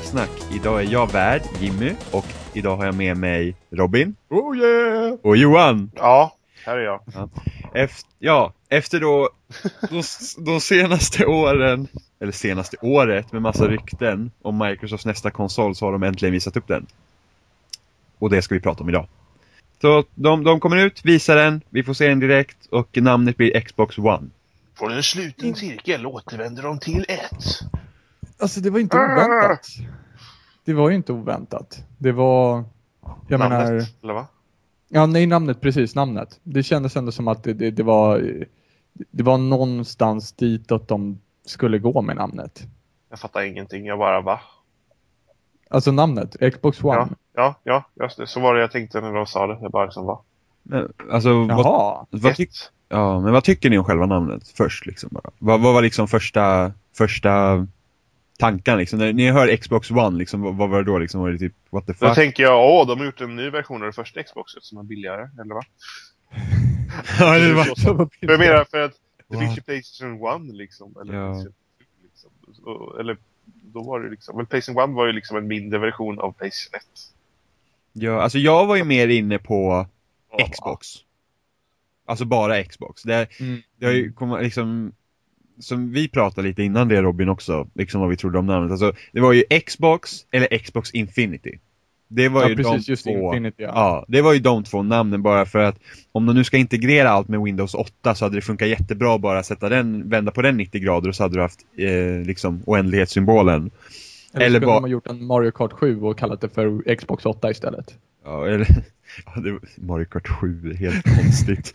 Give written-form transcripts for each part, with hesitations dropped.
Spelsnack. Idag är jag värd, Jimmy, och idag har jag med mig Robin. Oh yeah! Och Johan. Ja, här är jag. Efter då de senaste åren, eller senaste året med massa rykten om Microsofts nästa konsol, så har de äntligen visat upp den. Och det ska vi prata om idag. Så de kommer ut, visar den, vi får se den direkt och namnet blir Xbox One. Från en sluten cirkel återvänder de till ett. Alltså det var inte oväntat. Det var ju inte oväntat. Det var... Jag namnet, menar... eller va? Ja, nej, namnet, precis, namnet. Det kändes ändå som att det var någonstans dit att de skulle gå med namnet. Jag fattar ingenting, jag bara va? Alltså namnet, Xbox One. Ja, just det. Så var det jag tänkte när de sa det. Jag bara liksom va? Men, alltså, Jaha. vad tycker ni om själva namnet först liksom bara? Vad var liksom första tanken liksom? När ni hör Xbox One liksom, vad var det då liksom? Var det typ, what the fuck? Då tänker jag, de har gjort en ny version av det första Xboxet som är billigare, eller va? Ja, det var jag menar för att det finns ju PlayStation 1 liksom, eller ja. liksom, eller då var det liksom, men PlayStation 1 var ju liksom en mindre version av PlayStation 1. Ja, alltså jag var ju mer inne på Xbox. Alltså bara Xbox. Det har ju kommit liksom, som vi pratade lite innan det, Robin, också, liksom vad vi trodde om namnet. Alltså, det var ju Xbox eller Xbox Infinity. Det var ju precis, de just två. Infinity, ja, det var ju de två namnen, bara för att om de nu ska integrera allt med Windows 8 så hade det funkat jättebra bara sätta vända på den 90 grader och så hade du haft liksom oändlighetssymbolen. Eller skulle de ha gjort en Mario Kart 7 och kallat det för Xbox 8 istället? Ja, eller det var Mario Kart 7, helt konstigt.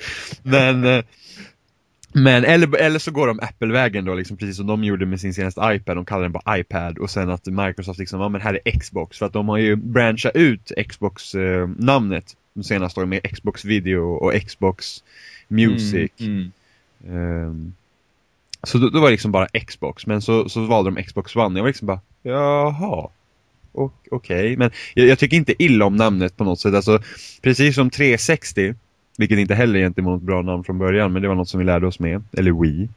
Men eller så går de Apple-vägen då, liksom, precis som de gjorde med sin senaste iPad. De kallar den bara iPad. Och sen att Microsoft liksom, ja men här är Xbox. För att de har ju branchat ut Xbox-namnet de senaste åren med Xbox Video och Xbox Music. Så då var det liksom bara Xbox. Men så valde de Xbox One. Jag var liksom bara, jaha. Okej. Men jag tycker inte illa om namnet på något sätt. Alltså, precis som 360... Vilket inte heller egentligen var något bra namn från början. Men det var något som vi lärde oss med. Eller Wii.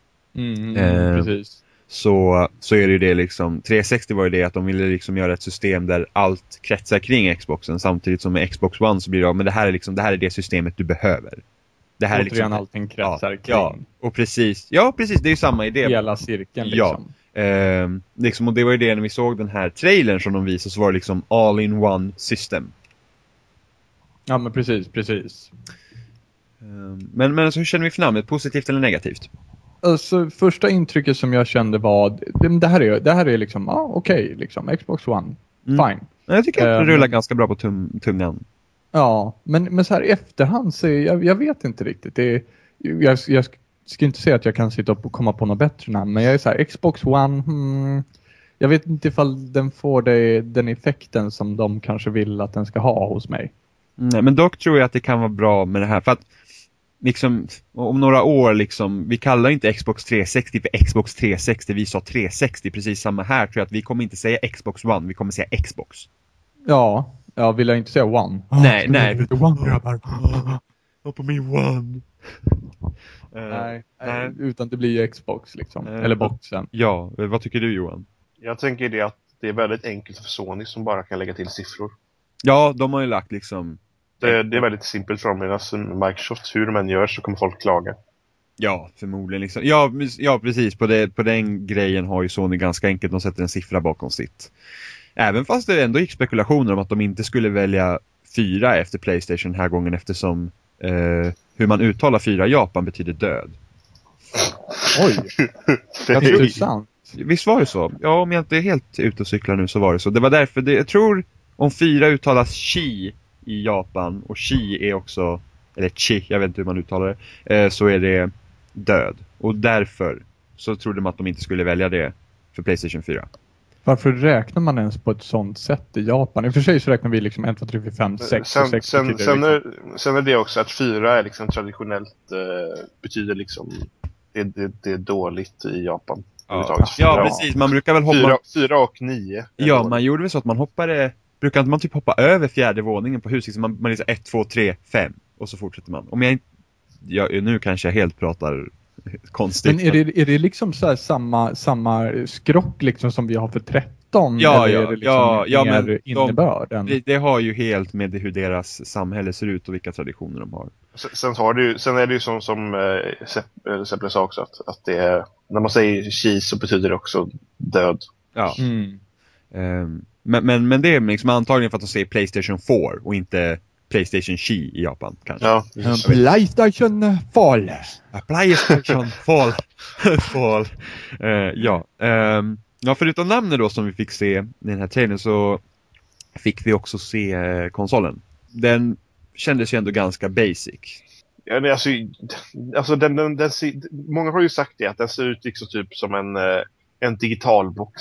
Precis. Så är det ju det liksom. 360 var ju det att de ville liksom göra ett system där allt kretsar kring Xboxen. Samtidigt som med Xbox One så blir det, men det här är det systemet du behöver. Det här är liksom, allting kretsar kring. Ja, och precis. Ja, precis. Det är ju samma idé. Hela cirkeln liksom. Ja. Liksom, och det var ju det när vi såg den här trailern som de visade, så var det liksom all-in-one system. Ja, men precis. Men alltså, hur känner vi för namnet? Positivt eller negativt? Alltså, första intrycket som jag kände var det här är liksom, okej, liksom, Xbox One, fine. Jag tycker att det rullar ganska bra på tungan. Ja, men så här i efterhand så jag vet inte riktigt. Jag ska inte säga att jag kan sitta upp och komma på något bättre namn, men jag är så här, Xbox One, jag vet inte ifall den får den effekten som de kanske vill att den ska ha hos mig. Nej, men dock tror jag att det kan vara bra med det här, för att liksom, om några år liksom, vi kallar inte Xbox 360 för Xbox 360, vi sa 360, precis samma här, tror jag att vi kommer inte säga Xbox One, vi kommer säga Xbox. Ja, vill jag inte säga One. Nej. One, grabbar. På min One. Nej, utan det blir Xbox liksom, eller boxen. Ja, vad tycker du, Johan? Jag tänker det att det är väldigt enkelt för Sony som bara kan lägga till siffror. Ja, de har ju lagt liksom... Det är väldigt simpelt för dem, medan Microsoft, hur de än gör så kommer folk klaga. Ja, förmodligen liksom. Ja, precis. På den grejen har ju Sony ganska enkelt. De sätter en siffra bakom sitt. Även fast det ändå gick spekulationer om att de inte skulle välja 4 efter PlayStation den här gången, eftersom hur man uttalar 4 i Japan betyder död. Oj, det är intressant. Visst var det så? Ja, om jag inte är helt ute och cyklar nu så var det så. Det var därför, jag tror om 4 uttalas chi i Japan och chi är också, eller chi, jag vet inte hur man uttalar det, så är det död. Och därför så trodde man att de inte skulle välja det för PlayStation 4. Varför räknar man ens på ett sånt sätt i Japan? I och för sig så räknar vi liksom 1, 2, 3, 4, 5, 6 och 6 sen liksom. är det också att 4 är liksom traditionellt betyder liksom det är dåligt i Japan. Ja, precis. Man brukar väl hoppa 4 och 9. Ja, man gjorde väl så att man hoppade, brukar inte man typ hoppa över 4:e våningen på huset, så man liksom 1, 2, 3, 5 och så fortsätter man. Om nu kanske jag helt pratar konstigt. Men är det liksom så här samma skrock liksom som vi har för 13 avstånd? Ja, eller ja, är det liksom ja, mer men innebörden? det har ju helt med hur deras samhälle ser ut och vilka traditioner de har. Sen är det ju som Seppele sa också att det är, när man säger cheese så betyder det också död. Ja. Mm. Men det är liksom antagligen för att de säger PlayStation 4 och inte PlayStation Chi i Japan kanske. Ja, PlayStation Fall. PlayStation Fall. Fall. Ja. Ja, förutom namnet då som vi fick se i den här trailern så fick vi också se konsolen. Den kändes ju ändå ganska basic. Ja, men alltså många har ju sagt det, att den ser ut liksom typ som en digital box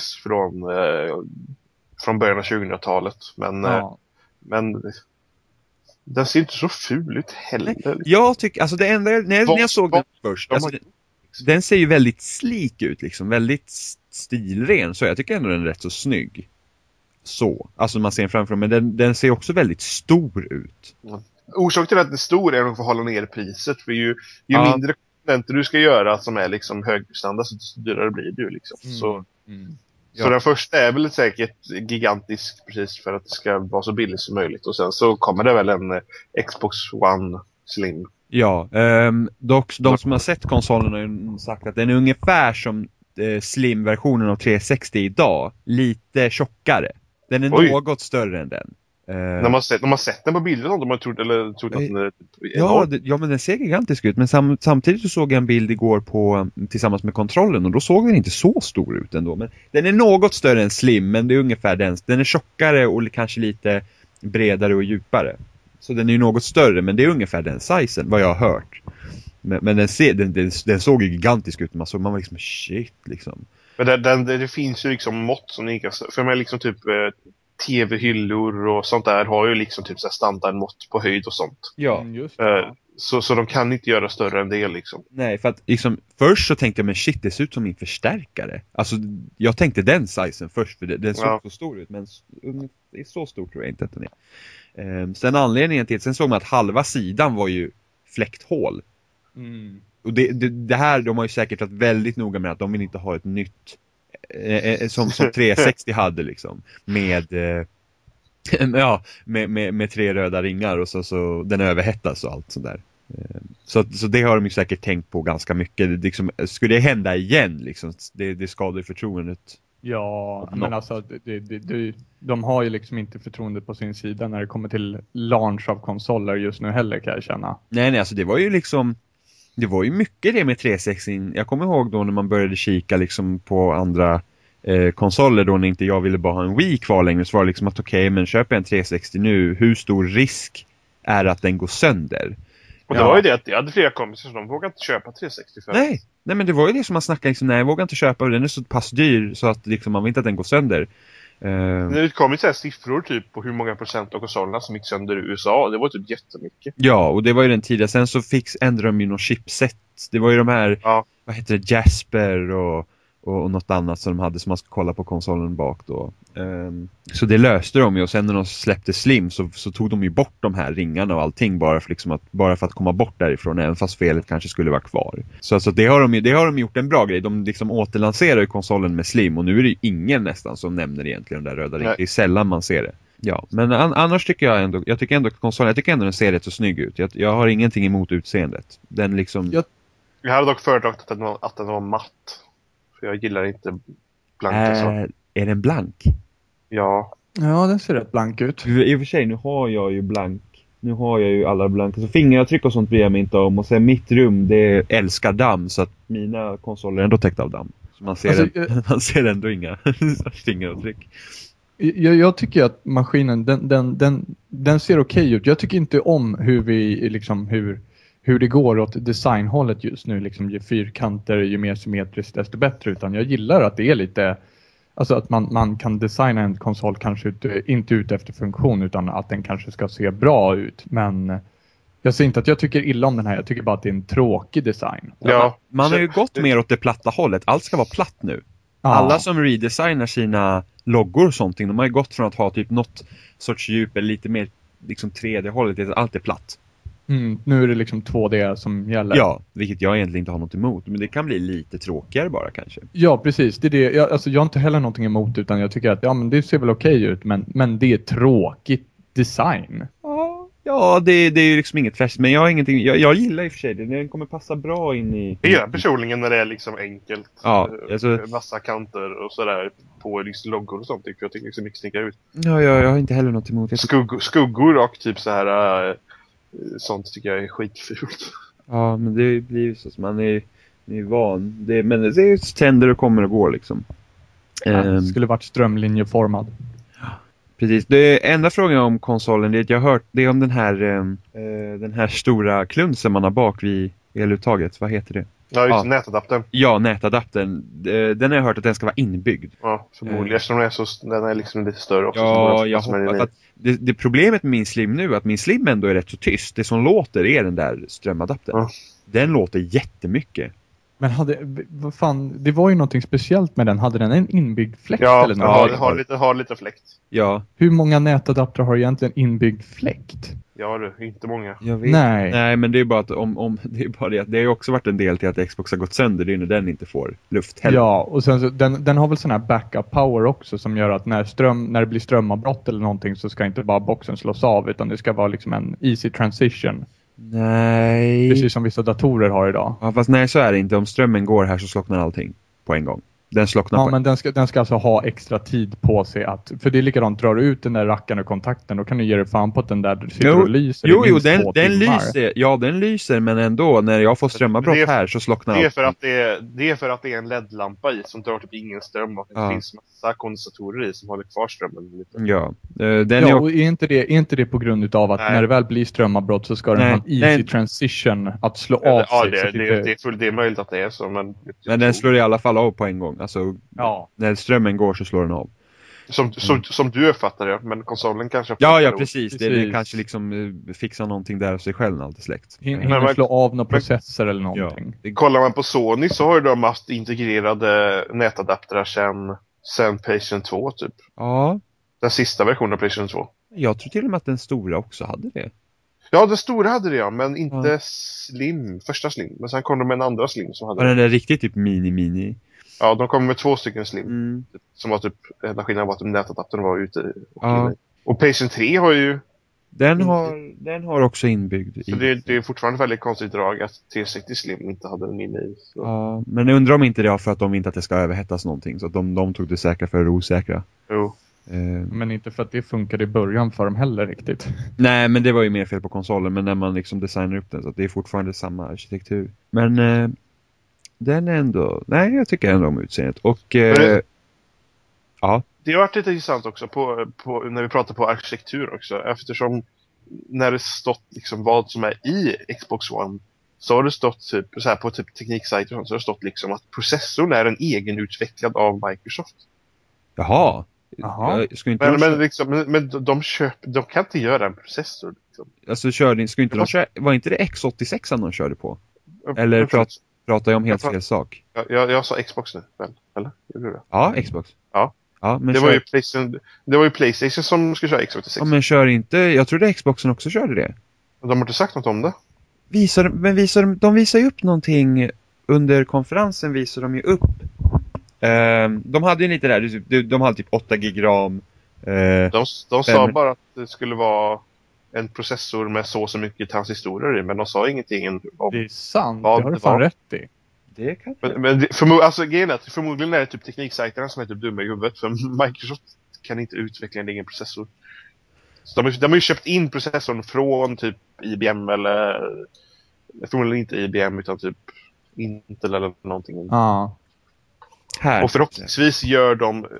från början av 2000-talet. Men den ser inte så ful ut heller. Nej, jag tycker, alltså det enda, när jag såg den först, alltså den ser ju väldigt slik ut liksom, väldigt stilren, så jag tycker ändå den är rätt så snygg. Så, alltså man ser den framför, men den ser också väldigt stor ut. Orsaken till att det är stor är nog för att hålla ner priset, för ju mindre komponenter du ska göra som är liksom högstandard, så dyrare blir det ju liksom. Så den första är väl säkert gigantisk precis för att det ska vara så billigt som möjligt. Och sen så kommer det väl en Xbox One Slim. Ja, dock de som har sett konsolen har sagt att den är ungefär som Slim-versionen av 360 idag. Lite tjockare. Den är något större än den. När man sett den på bilder de har trott att den är ja, men den ser gigantisk ut. Men samtidigt så såg jag en bild igår tillsammans med kontrollen, och då såg den inte så stor ut ändå. Men den är något större än Slim, men det är ungefär den. Den är tjockare och kanske lite bredare och djupare. Så den är ju något större, men det är ungefär den sizen, vad jag har hört. Men den såg ju gigantisk ut. Man var liksom shit liksom. Men det finns ju liksom mått som ni kan, för mig liksom typ tv-hyllor och sånt där har ju liksom typ så här standardmått på höjd och sånt. Ja, just det. Så de kan inte göra större än det liksom. Nej, för att liksom, först så tänkte jag, men shit, det ser ut som min förstärkare. Alltså, jag tänkte den sizen först, för den såg så stor ut, men det är så stor tror jag inte att den är. Sen anledningen till, sen såg man att halva sidan var ju fläkthål. Och det här, de har ju säkert varit väldigt noga med att de vill inte ha ett nytt som 360 hade liksom med med 3 röda ringar och så den överhettas och allt sånt där. Så det har de ju säkert tänkt på ganska mycket. Det, liksom, skulle det hända igen liksom, det skadar ju förtroendet. Ja, men alltså de har ju liksom inte förtroendet på sin sida när det kommer till launch av konsoler just nu heller, kan jag känna. Nej, alltså det var ju mycket det med 360. Jag kommer ihåg då när man började kika liksom på andra konsoler då, när inte jag ville bara ha en Wii kvar längre, så var det liksom att okej, men köper jag en 360 nu, hur stor risk är att den går sönder? Och det var ju det att jag hade flera kompisar som de vågade inte köpa 360 för. Nej, men det var ju det som man snackade liksom, nej, jag vågar inte köpa, och den är så pass dyr så att liksom, man vill inte att den går sönder. Det utkom så här siffror typ på hur många procent av konsolerna som gick sönder i USA. Det var typ jättemycket. Ja, och det var ju den tidiga. Sen så ändrade de ju någon chipset. Det var ju de här, vad heter det, Jasper och något annat som de hade, som man ska kolla på konsolen bak då. Så det löste de ju, och sen när de släppte Slim så tog de ju bort de här ringarna och allting bara för att komma bort därifrån, även fast felet kanske skulle vara kvar. Så alltså, det har de gjort en bra grej. De liksom återlanserar ju konsolen med Slim, och nu är det ju ingen nästan som nämner egentligen den där röda ringen. Det är sällan man ser det. Ja, men annars tycker jag ändå att konsolen, den ser rätt så snygg ut. Jag har ingenting emot utseendet. Den liksom... Jag hade dock föredragit att den var matt. För jag gillar inte blanka saker. Är den blank? Ja. Ja, den ser rätt blank ut. I och för sig, nu har jag ju alla blanka. Så fingeravtryck och sånt bryr jag mig inte om. Och sen mitt rum, det älskar damm. Så att mina konsoler är ändå täckta av damm. Så man ser ändå inga fingeravtryck. Jag tycker att maskinen, den ser okej ut. Jag tycker inte om hur det går åt designhållet just nu. Liksom, ju fyrkanter, ju mer symmetriskt, desto bättre. Utan jag gillar att det är lite... Alltså att man kan designa en konsol kanske inte ut efter funktion, utan att den kanske ska se bra ut. Men jag säger inte att jag tycker illa om den här. Jag tycker bara att det är en tråkig design. Ja, man har ju gått mer åt det platta hållet. Allt ska vara platt nu. Ja. Alla som redesignar sina loggor och sånt, de har ju gått från att ha typ något sorts djup eller lite mer liksom 3D-hållet. Allt är platt. Nu är det liksom 2D som gäller. Ja, vilket jag egentligen inte har något emot. Men det kan bli lite tråkigare bara kanske. Ja, precis. Det är det. Jag har inte heller någonting emot, utan jag tycker att men det ser väl okej ut. Men det är tråkigt design. Ja, det är ju liksom inget fräscht. Men jag har ingenting. Jag gillar i och för sig det. Den kommer passa bra in i... Jag gillar personligen när det är liksom enkelt. Ja, alltså... Massa kanter och sådär på liksom loggor och sånt. Jag tycker liksom mycket snickar ut. Ja, jag har inte heller något emot. Skuggor och typ så här sånt tycker jag är skitfult. Ja, men det blir ju så som man är van. Men det är tänder och kommer och går liksom. Det skulle varit strömlinjeformad. Precis. Det enda frågan om konsolen är att jag har hört det är om den här stora klunsen man har bak vid eluttaget. Vad heter det? Ja, just nätadaptern. Ja, nätadaptern. Den har jag hört att den ska vara inbyggd. Ja, förmodligen. Eftersom den är liksom lite större också. Ja, jag hoppas att det problemet med min Slim nu är att min Slim ändå är rätt så tyst. Det som låter är den där strömadaptern. Ja. Den låter jättemycket. Men vad fan, det var ju någonting speciellt med den. Hade den en inbyggd fläkt eller något? Ja, det har lite fläkt. Ja. Hur många nätadapter har egentligen inbyggd fläkt? Ja, det är inte många. Jag vet. Nej, men det är bara att om det är bara det att det har ju också varit en del till att Xbox har gått sönder. Det är när den inte får luft heller. Ja, och sen så, den har väl sån här backup power också som gör att när det blir strömavbrott eller någonting så ska inte bara boxen slås av utan det ska vara liksom en easy transition. Nej. Precis som vissa datorer har idag. Ja, fast nej, så är det inte. Om strömmen går här så slocknar allting på en gång. Den slocknar men den ska alltså ha extra tid på sig att... För det är likadant, drar du ut den där rackaren och kontakten, då kan du ge dig fan på att den där sitter och lyser i minst 2 den timmar. lyser. Ja, den lyser, men ändå, när jag får strömavbrott här så slocknar det är för att det är för att det är en LED-lampa i som drar typ ingen ström och det finns massa kondensatorer i som håller kvar strömmen lite. Ja, och är inte det på grund av att när det väl blir strömavbrott så ska den ha en easy transition att slå av sig? Ja, det är möjligt att det är så, men den slår i alla fall av på en gång. Alltså, när strömmen går så slår den av. Som du uppfattar det, men konsolen kanske... Ja, precis. Det kanske liksom fixar någonting där av sig själv när allt är släckt. Hinner slå av några processer eller någonting. Ja. Kollar man på Sony så har de haft integrerade nätadaptrar sen PlayStation 2 typ. Ja. Den sista versionen av PlayStation 2. Jag tror till och med att den stora också hade det. Ja, den stora hade det men inte Slim, första Slim. Men sen kom de med en andra Slim som hade... Ja, den är riktigt typ mini. Ja, de kom med 2 stycken Slim. Som var typ, enda skillnaden var att nätadaptern var ute. Och PlayStation 3 har ju... Den har också inbyggd. Så det är fortfarande väldigt konstigt drag att 360 Slim inte hade en inne i. Så. Ja, men jag undrar om inte det är för att de inte att det ska överhettas någonting. Så att de tog det säkra för det osäkra. Jo. Men inte för att det funkade i början för dem heller riktigt. Nej, men det var ju mer fel på konsolen. Men när man liksom designar upp den så att det är fortfarande samma arkitektur. Men den är ändå... Nej, jag tycker ändå om utseendet. Och... ja. Det har varit lite intressant också på när vi pratar på arkitektur också. Eftersom när det stått liksom vad som är i Xbox One så har det stått typ så här på typ tekniksajter så har det stått liksom att processorn är en egenutvecklad av Microsoft. Jaha. Men de kan inte göra en processor liksom. Alltså var inte det X86 de körde på? Eller pratar jag om helt fel sak? Jag sa Xbox nu, väl? Eller? Ja, Xbox. Ja, men det var ju PlayStation som skulle köra X86. Ja, men kör inte... Jag trodde Xboxen också körde det. De har inte sagt något om det. De visar ju upp någonting under konferensen visar de ju upp. De hade ju lite där, de hade typ 8 gig RAM. De sa bara att det skulle vara en processor med så mycket transistorer i, men de sa ingenting om... Det är sant, det har du fan rätt i. Det kan förmodligen är det typ tekniksajterna som är typ dumma i huvudet, för Microsoft kan inte utveckla en egen processor. Så de har ju köpt in processorn från typ IBM eller förmodligen inte IBM utan typ Intel eller någonting. Här. Och förhoppningsvis gör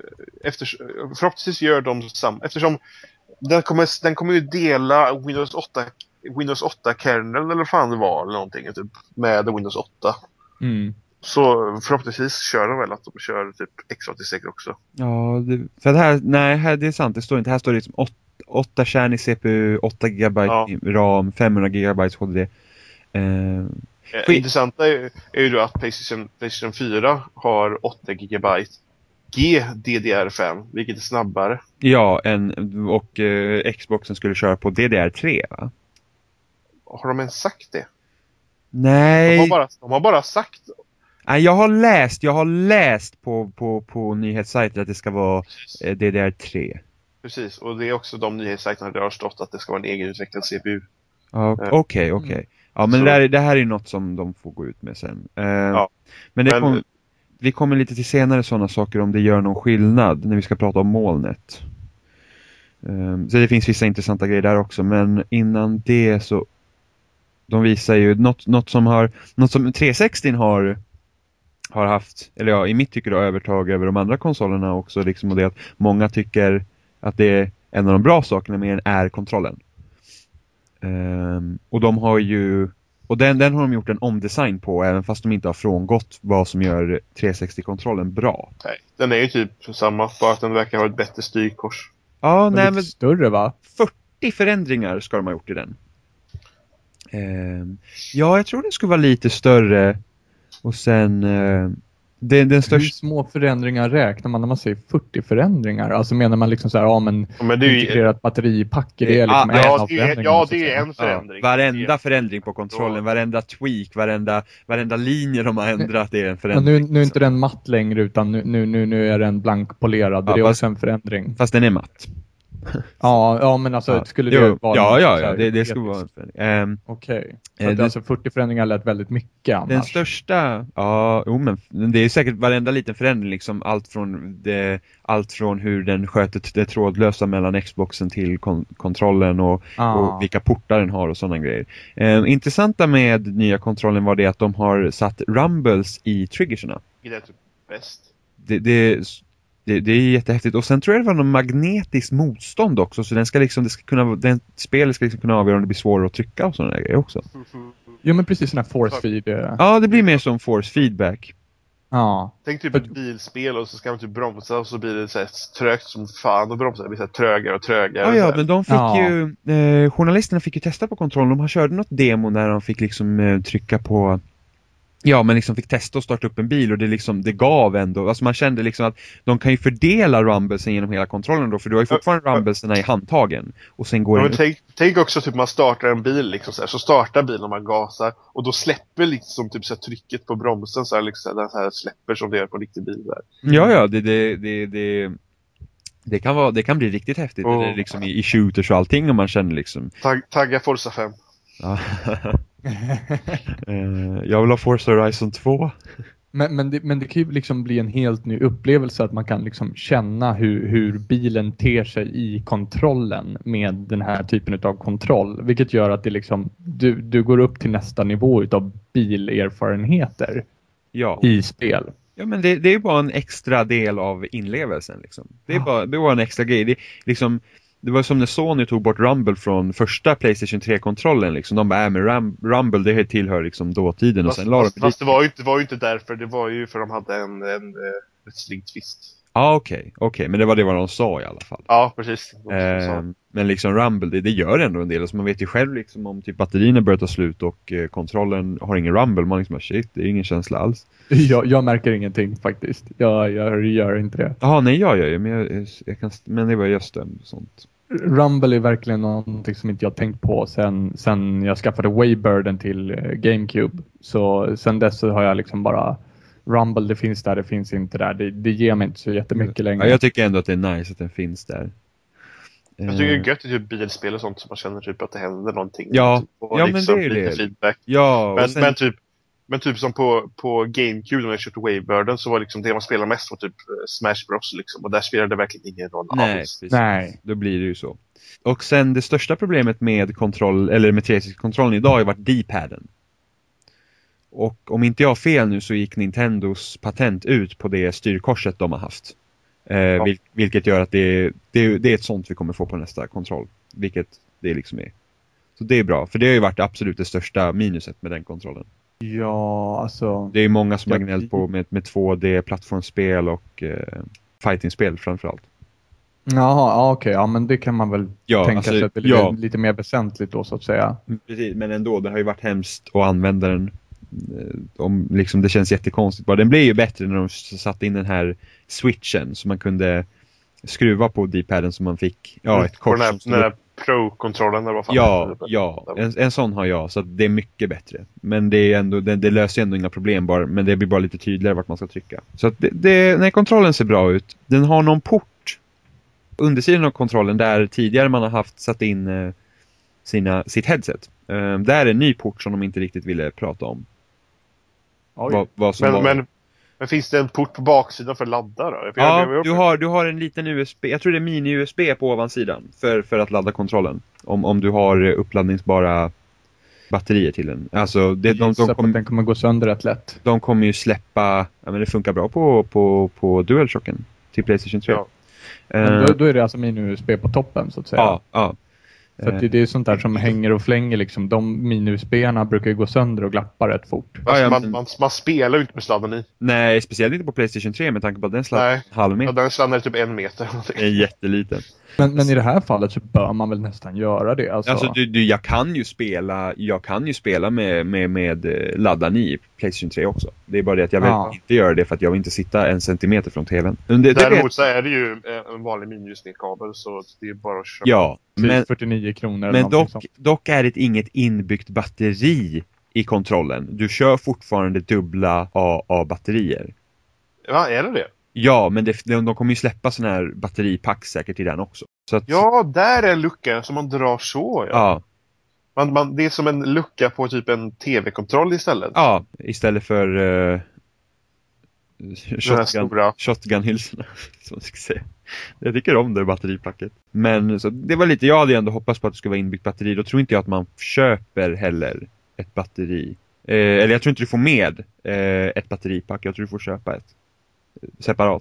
de samma, eftersom den kommer ju dela Windows 8 kernel eller vad fan det var eller någonting typ, med Windows 8. Så förhoppningsvis kör de väl att de kör typ X86 också. Ja, för här det är sant, det står inte. Här står det liksom 8 kärn i CPU, 8 GB RAM, 500 GB HDD. Intressanta är ju då att PlayStation 4 har 8 GB GDDR5, vilket är snabbare. Ja, och Xboxen skulle köra på DDR3, va? Har de ens sagt det? Nej. De har bara sagt. Nej, jag har läst på nyhetssajter att det ska vara DDR3. Precis, och det är också de nyhetssajterna där det har stått att det ska vara en egenutvecklad CPU. Okej. Ja, men det här är något som de får gå ut med sen. Men vi kommer lite till senare sådana saker om det gör någon skillnad när vi ska prata om molnet. Så det finns vissa intressanta grejer där också, men innan det så de visar ju något som 360 har haft, eller ja, i mitt tycker då övertag över de andra konsolerna också liksom, och det att många tycker att det är en av de bra sakerna med den är kontrollen. Och de har ju, och den har de gjort en omdesign på, även fast de inte har frångått vad som gör 360-kontrollen bra. Nej, den är ju typ samma, bara att den verkar ha ett bättre styrkors. Ja, men större va? 40 förändringar ska de ha gjort i den. Ja, jag tror det skulle vara lite större. Och sen den största... Hur små förändringar räknar man när man säger 40 förändringar? Alltså menar man liksom så här, men det är integrerat batteripack, det är liksom en av förändringarna. Ja, det är en förändring. Varenda förändring på kontrollen, varenda tweak, varenda linje de har ändrat, det är en förändring. Men nu är inte den matt längre, utan nu är den blankpolerad. Det är också en förändring. Fast den är matt. Ja, men alltså skulle det vara... Ja, det skulle vara en förändring. Okej. Alltså 40 förändringar lät väldigt mycket annars. Den största, men det är säkert varenda liten förändring liksom, allt från hur den sköter det trådlösa mellan Xboxen till kontrollen och vilka portar den har och sådana grejer. Intressanta med nya kontrollen var det att de har satt rumbles i triggerserna. Det är typ bäst. Det är jättehäftigt. Och sen tror jag det var någon magnetisk motstånd också. Så spelet ska liksom kunna avgöra om det blir svårare att trycka och sådana grejer också. Jo, men precis sån här force feed. Ja, det blir mer som force feedback. Ja. Tänk typ ett bilspel och så ska man typ bromsa och så blir det så här trögt som fan och bromsa. Det blir så här trögare och trögare. Ja, men de fick ju... journalisterna fick ju testa på kontrollen. De körde något demo när de fick liksom trycka på... Ja, men liksom fick testa att starta upp en bil och det gav ändå, alltså man kände liksom att de kan ju fördela rumblesen genom hela kontrollen då, för du har ju fortfarande rumblesen i handtagen och sen går det... Tänk också typ man startar en bil liksom så startar bilen och man gasar och då släpper liksom typ så här trycket på bromsen så här liksom den här släpper som det är på en riktig bil där. Ja, det kan bli riktigt häftigt det liksom i shooters och allting, och man känner liksom tagga Forza 5. Ja. Jag vill ha Forza Horizon 2. Men det kan ju liksom bli en helt ny upplevelse att man kan liksom känna hur bilen ter sig i kontrollen med den här typen av kontroll. Vilket gör att det liksom, du går upp till nästa nivå utav bilerfarenheter i spel. Ja, men det är ju bara en extra del av inlevelsen liksom. Det är bara en extra grej. Det var som när Sony tog bort Rumble från första PlayStation 3-kontrollen liksom. De bara, men Rumble det tillhör liksom dåtiden. Fast det var ju inte därför. Det var ju för de hade en rättslig tvist. Okej. Men det var vad de sa i alla fall. Ja, precis. Men liksom Rumble, det gör ändå en del. Alltså man vet ju själv liksom om typ batterierna börjar ta slut och kontrollen har ingen Rumble. Man liksom shit, det är ingen känsla alls. Jag märker ingenting faktiskt. Jag gör inte det. Jaha, nej jag gör ju. Men det var just sånt. Rumble är verkligen någonting som inte jag tänkt på sen jag skaffade Waybirden till GameCube. Så sen dess så har jag liksom bara... Rumble, det finns där, det finns inte där. Det ger mig inte så jättemycket längre. Ja, jag tycker ändå att det är nice att den finns där. Jag tycker det är gött i typ bilspel och sånt som man känner typ att det händer någonting. Ja, och liksom men det är det. Feedback. Ja, men typ som på GameCube när jag köpte Waybirden så var liksom det man spelade mest var typ Smash Bros liksom. Och där spelade det verkligen ingen roll alls. Nej, då blir det ju så. Och sen det största problemet med kontroll, eller med 360-kontrollen idag har varit D-paden. Och om inte jag har fel nu så gick Nintendos patent ut på det styrkorset de har haft. Vilket gör att det är ett sånt vi kommer få på nästa kontroll. Vilket det liksom är. Så det är bra, för det har ju varit absolut det största minuset med den kontrollen. Ja, alltså... Det är många som har gnällt på med 2D-plattformsspel och fightingspel framförallt. Jaha, okej. Ja, men det kan man väl tänka sig att det är lite mer väsentligt då så att säga. Precis, men ändå, det har ju varit hemskt att använda den. Om liksom det känns jättekonstigt. Bara den blev ju bättre när de satte in den här switchen så man kunde skruva på D-paden så man fick ett kors. Pro-kontrollen eller vad fan. Ja. En sån har jag, så att det är mycket bättre. Men det är ändå, det löser ändå inga problem bara, men det blir bara lite tydligare vart man ska trycka. Så att nej, kontrollen ser bra ut. Den har någon port undersidan av kontrollen där tidigare man har satt in sitt headset. Där är en ny port som de inte riktigt ville prata om. Vad som men finns det en port på baksidan för att ladda då? Du har en liten USB, jag tror det är mini-USB på ovansidan för att ladda kontrollen. Om du har uppladdningsbara batterier till den. Alltså den kommer gå sönder rätt lätt. De kommer ju släppa, ja men det funkar bra på DualShocken till PlayStation 3. Ja. Men då är det alltså mini-USB på toppen så att säga. Ja. För att det är sånt där som hänger och flänger liksom. De mini-USB-arna brukar ju gå sönder och glappa rätt fort. Man spelar ju inte med sladden i. Nej, speciellt inte på PlayStation 3 med tanke på att den sladdar halv meter. Ja, den sladdar typ 1 meter. Det är jätteliten. Men i det här fallet så bör man väl nästan göra det. Alltså jag kan ju spela med laddan i PlayStation 3 också. Det är bara det att jag vill inte göra det för att jag vill inte sitta 1 centimeter från tvn. Däremot så är det ju en vanlig mini-USB-kabel så det är bara att köpa. Ja, men 49 kronor. Men dock är det inget inbyggt batteri i kontrollen. Du kör fortfarande dubbla AA-batterier. Ja, är det? Ja, men de kommer ju släppa sån här batteripack säkert i den också. Så att, där är en lucka som man drar så. Ja. Det är som en lucka på typ en tv-kontroll istället. Ja, istället för shotgun-hylsorna, som man ska säga. Jag tycker om det batteripacket. Men så, det var lite, jag hade ändå hoppats på att det skulle vara inbyggt batteri. Då tror inte jag att man köper heller ett batteri. Eller jag tror inte du får med ett batteripack. Jag tror du får köpa ett separat.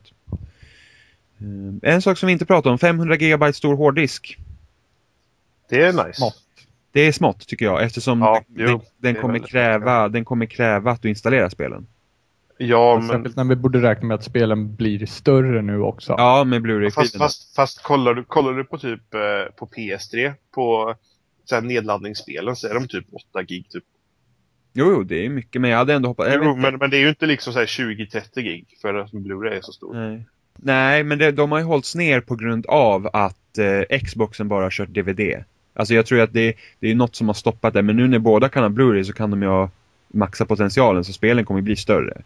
En sak som vi inte pratar om, 500 GB stor hårddisk. Det är nice. Det är smått tycker jag, eftersom den kommer kräva att du installerar spelen. Ja, men när vi borde räkna med att spelen blir större nu också. Ja, med Blu-ray-skivorna. Fast kollar du på typ på PS3 på så här nedladdningsspelen så är de typ 8 gig typ. Jo, det är mycket, men jag hade ändå hoppat... men det är ju inte liksom så här 20-30 gig för att Blu-ray är så stor. Nej, men de har ju hållits ner på grund av att Xboxen bara har kört DVD. Alltså jag tror att det är något som har stoppat det, men nu när båda kan ha Blu-ray så kan de ju maxa potentialen så spelen kommer bli större.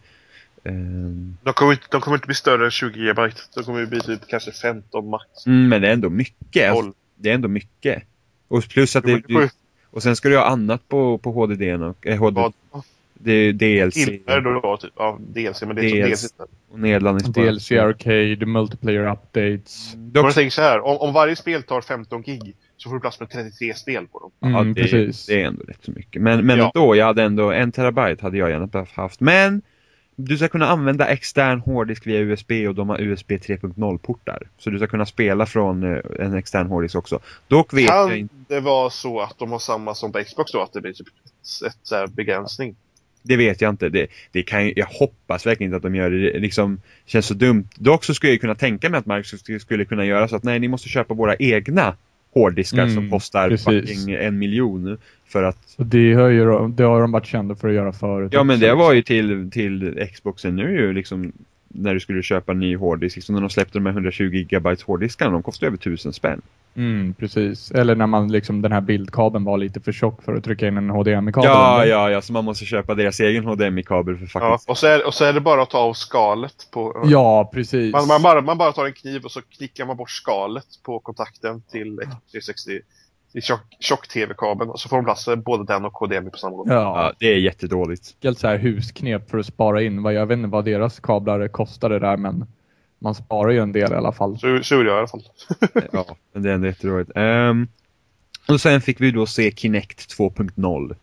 De kommer inte bli större än 20 GB. De kommer bli typ kanske 15 max. Men det är ändå mycket. Alltså, det är ändå mycket. Och plus att och sen ska du ha annat på HDD:n och det är DLC. Är det då typ DLC, men det är DLC och nedladdningsbar. DLC Arcade, multiplayer updates. Jag tänker så här, om varje spel tar 15 gig så får du plats med 33 spel på dem. Ja, det är ändå rätt så mycket. Men då, jag hade ändå 1 terabyte hade jag gärna haft. Men du ska kunna använda extern hårddisk via USB och de har USB 3.0-portar. Så du ska kunna spela från en extern hårddisk också. Dock vet jag inte... det vara så att de har samma som på Xbox då? Att det blir typ ett så här begränsning? Det vet jag inte. Jag hoppas verkligen inte att de gör det. Liksom, känns så dumt. Dock så skulle jag kunna tänka mig att Microsoft skulle kunna göra så att nej, ni måste köpa våra egna hårddiskar som kostar fucking 1 miljon för att... Det har de varit kända för att göra förut. Ja, men det var ju till Xboxen nu ju liksom när du skulle köpa en ny hårddisk. Liksom när de släppte de här 120 GB hårddiskarna, de kostade över 1000 spänn. Precis. Eller när man liksom, den här bildkabeln var lite för tjock för att trycka in en HDMI-kabel. Ja, så man måste köpa deras egen HDMI-kabel för faktiskt. Ja, och så är det bara att ta av skalet på... Ja, precis. Man bara tar en kniv och så knickar man bort skalet på kontakten till 360 i tjock-tv-kabeln och så får de plats både den och HDMI på samma gång. Ja, det är jättedåligt. Helt så här husknep för att spara in. Jag vet inte vad deras kablar kostade där, men man sparar ju en del i alla fall. Så gjorde jag i alla fall. Ja, men det är ändå jättedåligt. Och sen fick vi då se Kinect 2.0.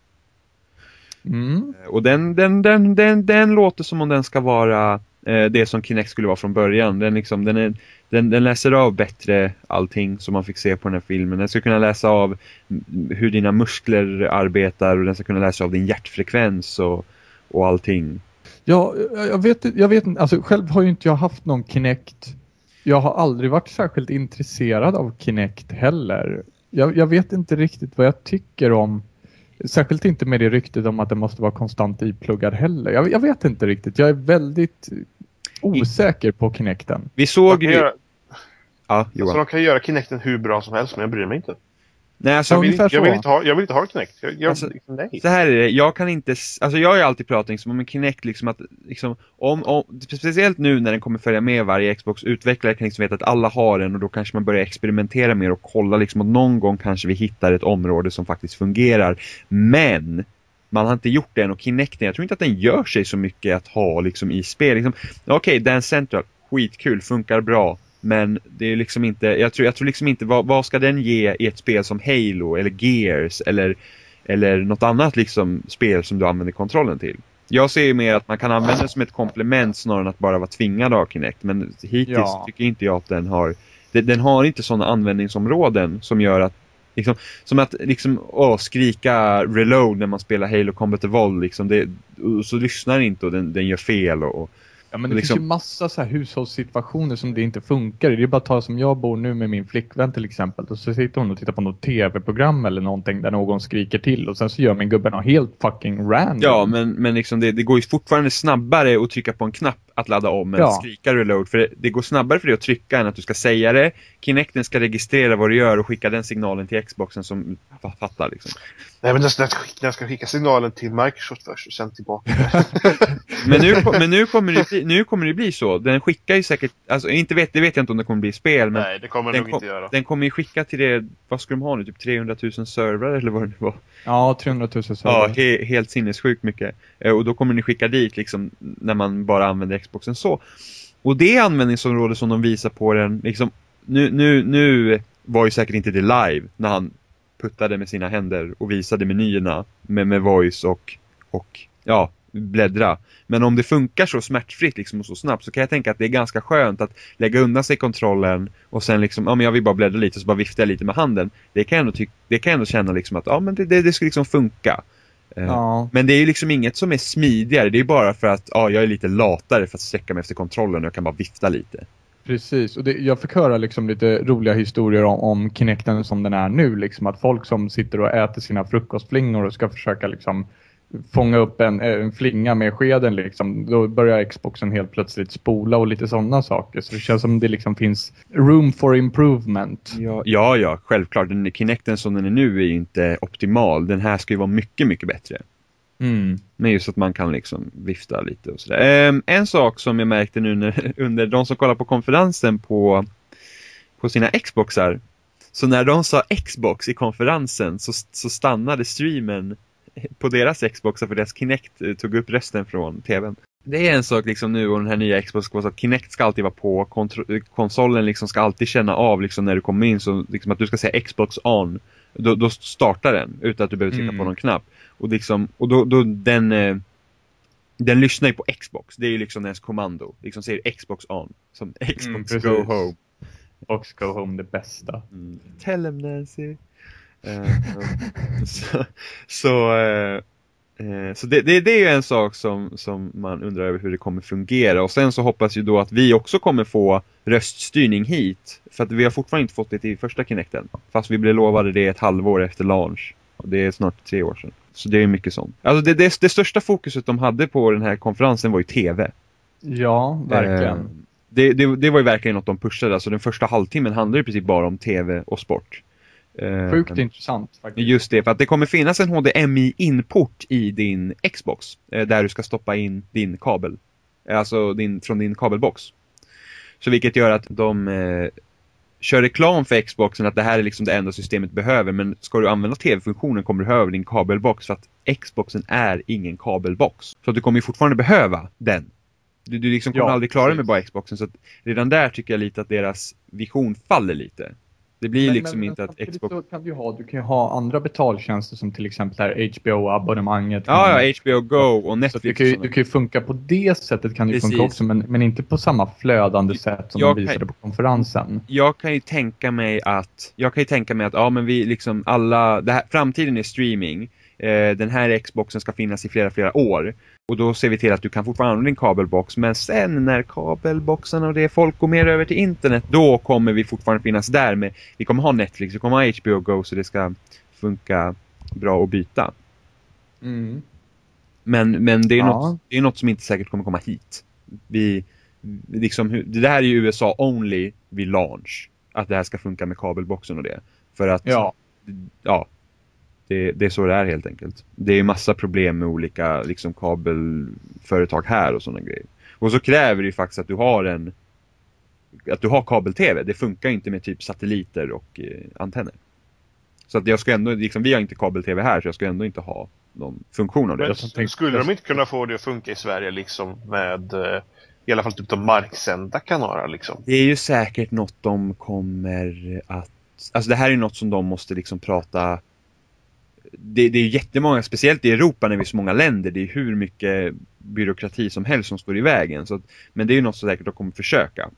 Och den låter som om den ska vara det som Kinect skulle vara från början. Den läser av bättre allting som man fick se på den här filmen. Den ska kunna läsa av hur dina muskler arbetar och den ska kunna läsa av din hjärtfrekvens och allting. Ja, jag vet inte. Alltså, själv har ju inte jag haft någon Kinect. Jag har aldrig varit särskilt intresserad av Kinect heller. Jag vet inte riktigt vad jag tycker om. Särskilt inte med det ryktet om att det måste vara konstant ipluggad heller. Jag vet inte riktigt. Jag är väldigt osäker på Kinecten. Vi såg ju... Så de kan göra Kinecten hur bra som helst, men jag bryr mig inte. Nej, alltså, jag vill inte ha Kinect. Alltså, nej. Så här är det, jag kan inte, alltså jag har ju alltid pratat liksom om en Kinect liksom att liksom, om speciellt nu när den kommer följa med varje Xbox-utvecklare kan liksom veta att alla har den och då kanske man börjar experimentera mer och kolla liksom att någon gång kanske vi hittar ett område som faktiskt fungerar, men man har inte gjort det än och Kinecten, jag tror inte att den gör sig så mycket att ha liksom i spel liksom, okej, Dance Central, skitkul, funkar bra. Men det är liksom inte, jag tror liksom inte, vad ska den ge i ett spel som Halo eller Gears eller något annat liksom spel som du använder kontrollen till? Jag ser ju mer att man kan använda det som ett komplement snarare än att bara vara tvingad av Kinect. Men hittills tycker inte jag att den har inte sådana användningsområden som gör att liksom, som att liksom, skrika reload när man spelar Halo Combat Evolved liksom, så lyssnar inte och den gör fel och ja, men det finns ju massa så här hushållssituationer som det inte funkar. Det är bara att ta som jag bor nu med min flickvän till exempel. Och så sitter hon och tittar på något tv-program eller någonting där någon skriker till. Och sen så gör min gubben något helt fucking random. Ja, men liksom det går ju fortfarande snabbare att trycka på en knapp att ladda om än skrika reload. För det går snabbare för dig att trycka än att du ska säga det. Kinecten ska registrera vad du gör och skicka den signalen till Xboxen som fattar liksom. Nej, men den ska skicka signalen till Microsoft först och sen tillbaka. men nu kommer det bli så. Den skickar ju säkert, alltså det vet jag inte om det kommer bli spel, men nej, det kommer den nog inte göra. Den kommer ju skicka till det, vad skulle de ha nu, typ 300 000 servrar eller vad det var. Ja, 300 000 servrar. Ja, helt sinnessjukt mycket. Och då kommer ni skicka dit liksom när man bara använder Xboxen så. Och det användningsområde som de visar på den liksom, nu var ju säkert inte det live när han puttade med sina händer och visade menyerna med voice och bläddra. Men om det funkar så smärtfritt liksom och så snabbt så kan jag tänka att det är ganska skönt att lägga undan sig kontrollen och sen liksom, men jag vill bara bläddra lite och så bara vifta lite med handen. Det kan jag ändå känna liksom att men det ska liksom funka. Ja. Men det är ju liksom inget som är smidigare. Det är bara för att jag är lite latare för att sträcka mig efter kontrollen och jag kan bara vifta lite. Precis, och jag fick höra liksom lite roliga historier om Kinecten som den är nu. Liksom att folk som sitter och äter sina frukostflingor och ska försöka liksom fånga upp en flinga med skeden liksom, då börjar Xboxen helt plötsligt spola och lite sådana saker. Så det känns som det liksom finns room for improvement. Ja, självklart. Den Kinecten som den är nu är ju inte optimal. Den här ska ju vara mycket, mycket bättre. Men just att man kan liksom vifta lite och sådär. En sak som jag märkte nu under de som kollar på konferensen på sina Xboxar. Så när de sa Xbox i konferensen så stannade streamen på deras Xboxar för deras Kinect tog upp rösten från tvn. Det är en sak liksom nu och den här nya Xbox att Kinect ska alltid vara på, konsolen liksom ska alltid känna av liksom när du kommer in så liksom att du ska säga Xbox on, då startar den utan att du behöver trycka på någon knapp. Och liksom då den lyssnar ju på Xbox. Det är ju liksom dess kommando. Liksom säger Xbox on som Xbox go home. Och go home det bästa. Tell them Nancy. Så det är ju en sak som man undrar över hur det kommer fungera. Och sen så hoppas ju då att vi också kommer få röststyrning hit. För att vi har fortfarande inte fått det till första Kinecten. Fast vi blev lovade det ett halvår efter launch. Och det är snart 3 år sedan. Så det är mycket sånt. Alltså det största fokuset de hade på den här konferensen var ju tv. Ja, verkligen. Det var ju verkligen något de pushade. Alltså den första halvtimmen handlar ju precis bara om tv och sport. Sjukt intressant faktiskt. Just det, för att det kommer finnas en HDMI-inport i din Xbox där du ska stoppa in din kabel. Alltså från din kabelbox. Så vilket gör att de kör reklam för Xboxen att det här är liksom det enda systemet behöver. Men ska du använda tv-funktionen kommer du behöva din kabelbox för att Xboxen är ingen kabelbox. Så att du kommer ju fortfarande behöva den. Du liksom kommer aldrig klara med bara Xboxen. Så att redan där tycker jag lite att deras vision faller lite. Det blir liksom inte att Xbox... Du kan ju ha andra betaltjänster som till exempel här HBO-abonnemanget. Ja, HBO Go och Netflix. Så du kan ju funka på det sättet kan det funka också, men inte på samma flödande sätt som de visade på konferensen. Jag kan ju tänka mig att men vi liksom alla... framtiden är streaming. Den här Xboxen ska finnas i flera år. Och då ser vi till att du kan fortfarande använda din kabelbox. Men sen när kabelboxen och det folk går mer över till internet, då kommer vi fortfarande finnas där. Vi kommer ha Netflix, vi kommer ha HBO Go så det ska funka bra att byta. Men det är något som inte säkert kommer komma hit. Det här är ju USA only vid launch. Att det här ska funka med kabelboxen och det. För att ja, det är så det är helt enkelt. Det är massa problem med olika liksom kabelföretag här och sådana grejer. Och så kräver det ju faktiskt att du har kabel-tv. Det funkar inte med typ satelliter och antenner. Så att jag ska ändå, liksom, vi har inte kabel-tv här, så jag ska ändå inte ha någon funktion av det. Men skulle de inte kunna få det att funka i Sverige liksom med i alla fall typ de marksända kanaler liksom? Det är ju säkert något de kommer att, alltså det här är ju något som de måste liksom prata. Det är jättemånga, speciellt i Europa när vi är så många länder, det är hur mycket byråkrati som helst som står i vägen. Så att, men det är ju något som säkert de kommer försöka.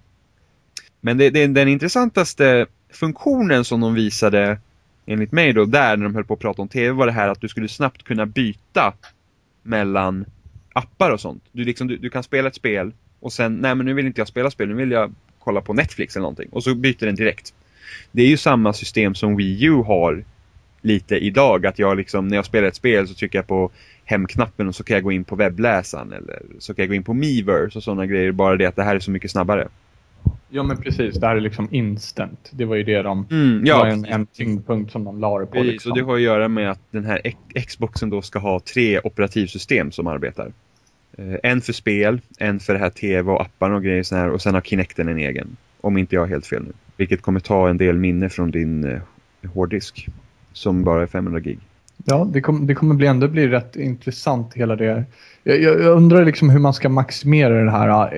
Men det är den intressantaste funktionen som de visade, enligt mig då, där när de höll på att prata om tv, var det här att du skulle snabbt kunna byta mellan appar och sånt. Du kan spela ett spel och sen, nej men nu vill inte jag spela spel, nu vill jag kolla på Netflix eller någonting. Och så byter den direkt. Det är ju samma system som Wii U har lite idag, att jag liksom, när jag spelar ett spel så trycker jag på hemknappen och så kan jag gå in på webbläsaren eller så kan jag gå in på Miiverse och sådana grejer, bara det att det här är så mycket snabbare. Ja men precis, det här är liksom instant. Det var ju det de ja, var en tyngdpunkt som de la det på. Precis, liksom. och det har att göra med att den här Xboxen då ska ha 3 operativsystem som arbetar. En för spel, en för det här tv och appar och grejer så här, och sen har Kinecten en egen. Om inte jag har helt fel nu. Vilket kommer ta en del minne från din hårddisk. Som bara är 500 gig. Ja, det kommer bli rätt intressant hela det. Jag undrar liksom hur man ska maximera den här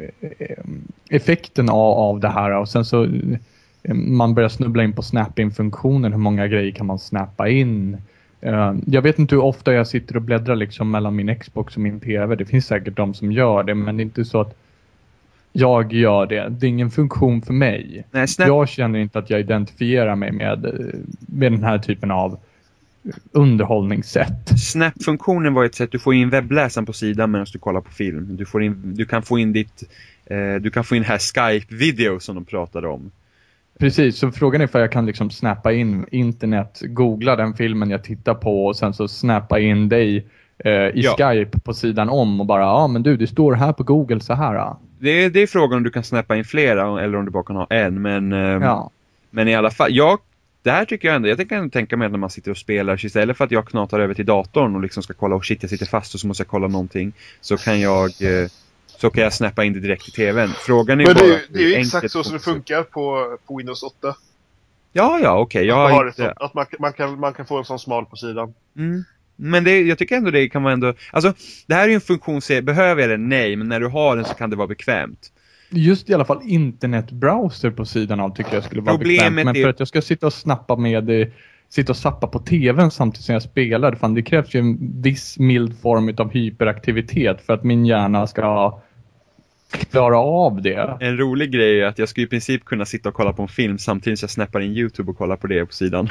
effekten av det här. Och sen så man börjar snubbla in på snap-in-funktionen. Hur många grejer kan man snappa in? Jag vet inte hur ofta jag sitter och bläddrar liksom mellan min Xbox och min TV. Det finns säkert de som gör det, men det är inte så att jag gör det. Det är ingen funktion för mig. Nej, jag känner inte att jag identifierar mig med den här typen av underhållningssätt. Snap-funktionen var ett sätt, du får in webbläsaren på sidan medan du kollar på film. Du kan få in här Skype-video som de pratade om. Precis, så frågan är om jag kan liksom snappa in internet, googla den filmen jag tittar på och sen så snappa in dig i Skype på sidan om och bara, men du, det står här på Google så här. Det är frågan om du kan snappa in flera eller om du bara kan ha en, men i alla fall, det här tycker jag ändå, jag kan tänka mig att när man sitter och spelar, så istället för att jag knatar över till datorn och liksom ska kolla, och shit, jag sitter fast och så måste jag kolla någonting, så kan jag snappa in det direkt i tvn. Frågan är, men bara det är ju exakt så som det funkar på Windows 8. Ja, okej. Att man kan få en sån smal på sidan. Men jag tycker ändå det kan vara ändå, alltså det här är ju en funktion, behöver jag den? Nej, men när du har den så kan det vara bekvämt. Just i alla fall internetbrowser på sidan av tycker jag skulle vara bekvämt. Men för att jag ska sitta och sitta och sappa på tvn samtidigt som jag spelar, det krävs ju en viss mild form av hyperaktivitet för att min hjärna ska klara av det. En rolig grej är att jag ska i princip kunna sitta och kolla på en film samtidigt som jag snappar in YouTube och kollar på det på sidan.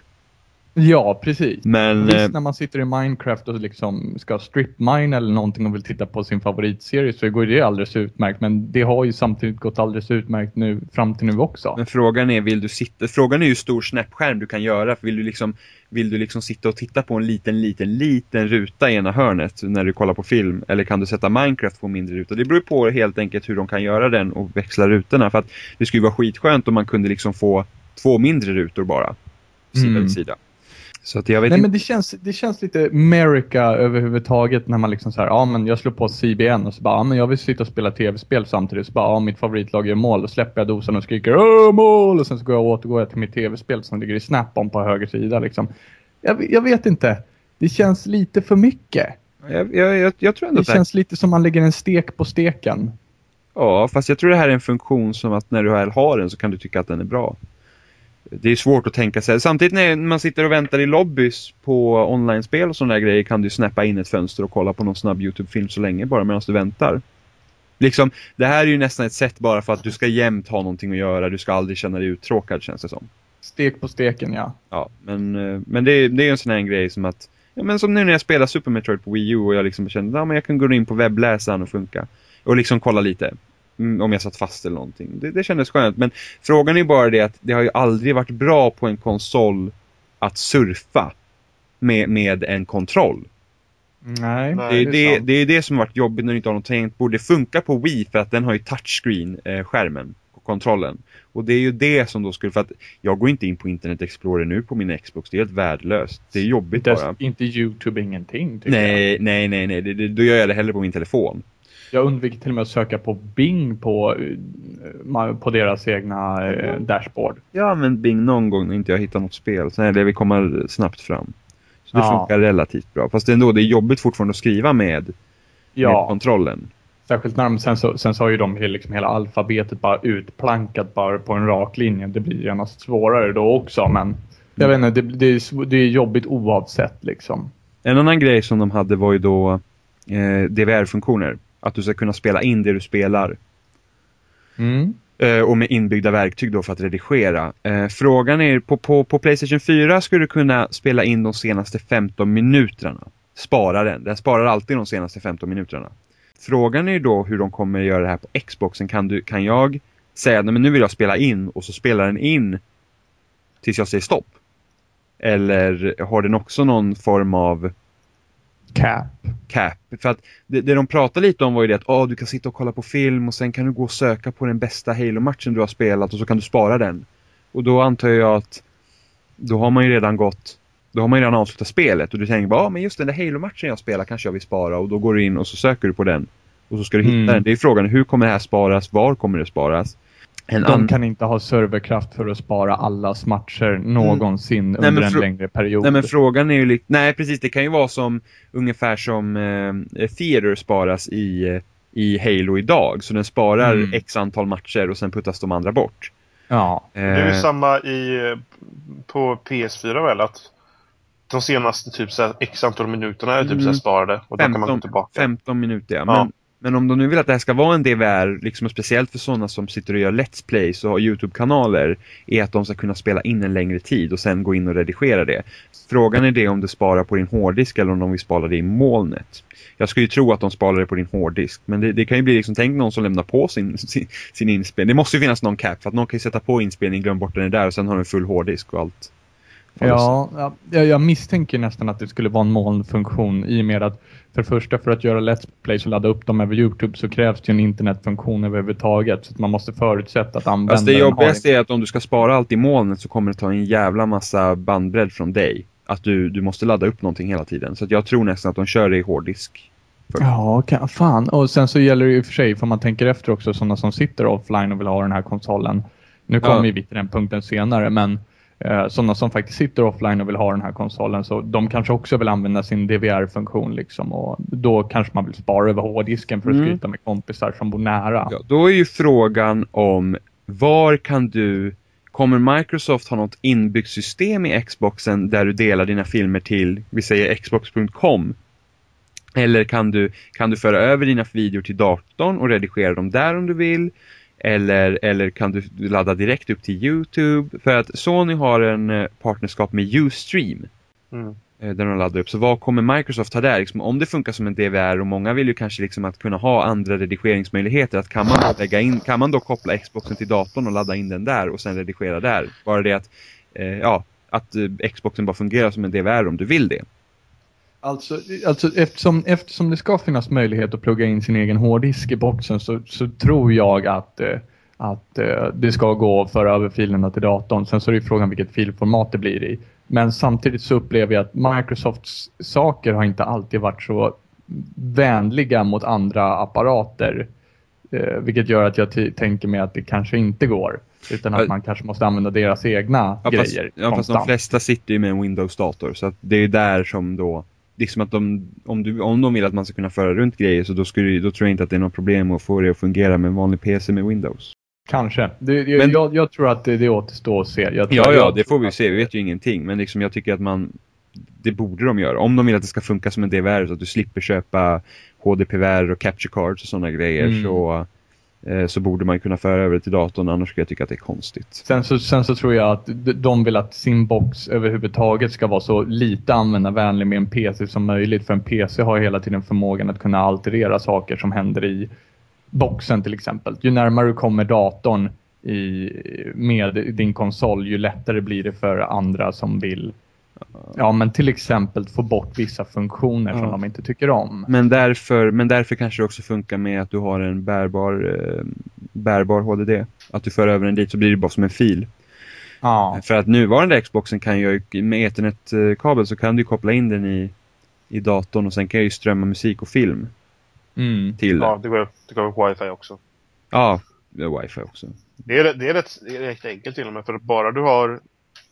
Ja, precis. Men visst, när man sitter i Minecraft och liksom ska strip-mine eller någonting och vill titta på sin favoritserie, så går det alldeles utmärkt. Men det har ju samtidigt gått alldeles utmärkt nu, fram till nu också. Men frågan är, frågan är ju stor snapskärm du kan göra. Vill du liksom sitta och titta på en liten ruta i ena hörnet när du kollar på film? Eller kan du sätta Minecraft på en mindre ruta? Det beror på helt enkelt hur de kan göra den och växla rutorna. För att det skulle vara skitskönt om man kunde liksom få 2 mindre rutor bara. Sida vid sida. Så att jag vet inte. Men det känns lite America överhuvudtaget när man liksom så här, men jag slår på CBN och så bara, men jag vill sitta och spela tv-spel samtidigt, så bara, mitt favoritlag gör mål, och släpper jag dosan och skriker mål, och sen så återgår jag till mitt tv-spel som ligger i Snap-on på höger sida liksom. Jag vet inte. Det känns lite för mycket. Jag tror ändå det känns lite som man lägger en stek på steken. Ja, fast jag tror det här är en funktion som att när du väl har den så kan du tycka att den är bra. Det är svårt att tänka sig. Samtidigt när man sitter och väntar i lobbys på online-spel och sådana där grejer, kan du snappa in ett fönster och kolla på någon snabb YouTube-film så länge bara medan du väntar. Liksom, det här är ju nästan ett sätt bara för att du ska jämt ha någonting att göra. Du ska aldrig känna dig uttråkad, känns det som. Stek på steken, ja. Ja, men det är en sån här grej som att, men som nu när jag spelar Super Metroid på Wii U och jag liksom kände, men jag kan gå in på webbläsaren och funka. Och liksom kolla lite. Om jag satt fast eller någonting. Det kändes skönt. Men frågan är bara det att det har ju aldrig varit bra på en konsol att surfa med en kontroll. Nej, det är det som har varit jobbigt när du inte har något tänkt på. Det funkar på Wii för att den har ju touchscreen skärmen på kontrollen. Och det är ju det som då skulle, för att jag går inte in på Internet Explorer nu på min Xbox, det är helt värdelöst. Det är jobbigt bara. Inte YouTube ingenting, Nej, då gör jag det hellre på min telefon. Jag undviker till och med att söka på Bing på deras egna dashboard. Ja, men Bing någon gång när inte jag hittar något spel. Sen är det vi kommer snabbt fram. Så det funkar relativt bra. Fast det är jobbigt fortfarande att skriva med kontrollen. Särskilt när sen så har ju de liksom hela alfabetet bara utplankat bara på en rak linje. Det blir gärna svårare då också, men jag vet inte, det är jobbigt oavsett liksom. En annan grej som de hade var ju då DVR-funktioner. Att du ska kunna spela in det du spelar. Och med inbyggda verktyg då för att redigera. Frågan är, på PlayStation 4 skulle du kunna spela in de senaste 15 minuterna. Spara den. Den sparar alltid de senaste 15 minuterna. Frågan är då hur de kommer göra det här på Xboxen. Kan jag säga, men nu vill jag spela in och så spelar den in tills jag säger stopp? Eller har den också någon form av cap? För att det de pratade lite om var ju det att du kan sitta och kolla på film och sen kan du gå och söka på den bästa Halo-matchen du har spelat och så kan du spara den. Och då antar jag att då har man ju redan avslutat spelet och du tänker bara, men just den där Halo-matchen jag spelar kanske jag vill spara, och då går du in och så söker du på den och så ska du hitta den. Det är frågan, hur kommer det här sparas? Var kommer det sparas? De kan inte ha serverkraft för att spara allas matcher någonsin under en längre period. Nej, men frågan är ju nej, precis, det kan ju vara ungefär som Theater sparas i Halo idag. Så den sparar x antal matcher och sen puttas de andra bort. Ja. Det är ju samma på PS4 väl, att de senaste typ så här, x antal minuterna är typ så här sparade och 15, då kan man gå tillbaka. 15 minuter, ja. Men om de nu vill att det här ska vara en DVR, liksom speciellt för sådana som sitter och gör Let's Plays och har YouTube-kanaler, är att de ska kunna spela in en längre tid och sen gå in och redigera det. Frågan är det om det sparar på din hårddisk eller om de vill spara det i molnet. Jag skulle ju tro att de sparar det på din hårddisk, men det kan ju bli liksom, tänk någon som lämnar på sin inspelning. Det måste ju finnas någon cap, för att någon kan ju sätta på inspelning, glömma bort den där och sen har den full hårddisk och allt. Ja, jag misstänker nästan att det skulle vara en molnfunktion, i och med att för att göra Let's Plays och ladda upp dem över YouTube så krävs det ju en internetfunktion överhuvudtaget, så att man måste förutsätta att användaren alltså det jobbigaste är att om du ska spara allt i molnet så kommer det ta en jävla massa bandbredd från dig. Att du måste ladda upp någonting hela tiden. Så att jag tror nästan att de kör det i hårddisk. Ja, fan. Och sen så gäller det ju för sig, för man tänker efter också, sådana som sitter offline och vill ha den här konsolen. Nu kommer vi till den punkten senare, men sådana som faktiskt sitter offline och vill ha den här konsolen, så de kanske också vill använda sin DVR-funktion liksom, och då kanske man vill spara över hårddisken för att skryta med kompisar som bor nära. Ja, då är ju frågan om kommer Microsoft ha något inbyggt system i Xboxen där du delar dina filmer till, vi säger xbox.com, eller kan du föra över dina videor till datorn och redigera dem där om du vill? Eller kan du ladda direkt upp till YouTube? För att Sony har en partnerskap med Ustream. Där de laddar upp. Så vad kommer Microsoft ha där? Liksom, om det funkar som en DVR, och många vill ju kanske liksom att kunna ha andra redigeringsmöjligheter. Att kan man då koppla Xboxen till datorn och ladda in den där och sen redigera där? Bara det att Xboxen bara fungerar som en DVR om du vill det. Alltså eftersom det ska finnas möjlighet att plugga in sin egen hårddisk i boxen, så tror jag att det ska gå att föra över filerna till datorn. Sen så är det frågan vilket filformat det blir i. Men samtidigt så upplever jag att Microsofts saker har inte alltid varit så vänliga mot andra apparater. Vilket gör att jag tänker mig att det kanske inte går. Utan att man kanske måste använda deras egna grejer. Fast de flesta sitter ju med en Windows-dator. Så att det är där som då... Liksom att om de vill att man ska kunna föra runt grejer, så då tror jag inte att det är något problem att få det att fungera med en vanlig PC med Windows. Kanske. Jag tror att det återstår att se. Det får vi se. Vi vet ju ingenting. Men liksom jag tycker att det borde de göra. Om de vill att det ska funka som en DVR, så att du slipper köpa HDPVR och capture cards och sådana grejer, så borde man kunna föra över det till datorn. Annars skulle jag tycka att det är konstigt. Sen så tror jag att de vill att sin box överhuvudtaget ska vara så lite användarvänlig med en PC som möjligt. För en PC har hela tiden förmågan att kunna alterera saker som händer i boxen till exempel. Ju närmare du kommer datorn med din konsol, ju lättare blir det för andra som vill men till exempel få bort vissa funktioner som de inte tycker om. Men därför kanske det också funkar med att du har en bärbar bärbar HDD. Att du för över den dit så blir det bara som en fil. Ja. För att nuvarande Xboxen kan ju med Ethernet-kabel så kan du koppla in den i datorn och sen kan jag ju strömma musik och film till den. Ja, det går på wifi också. Ja, det är wifi också. Det är rätt enkelt till och med, för att bara du har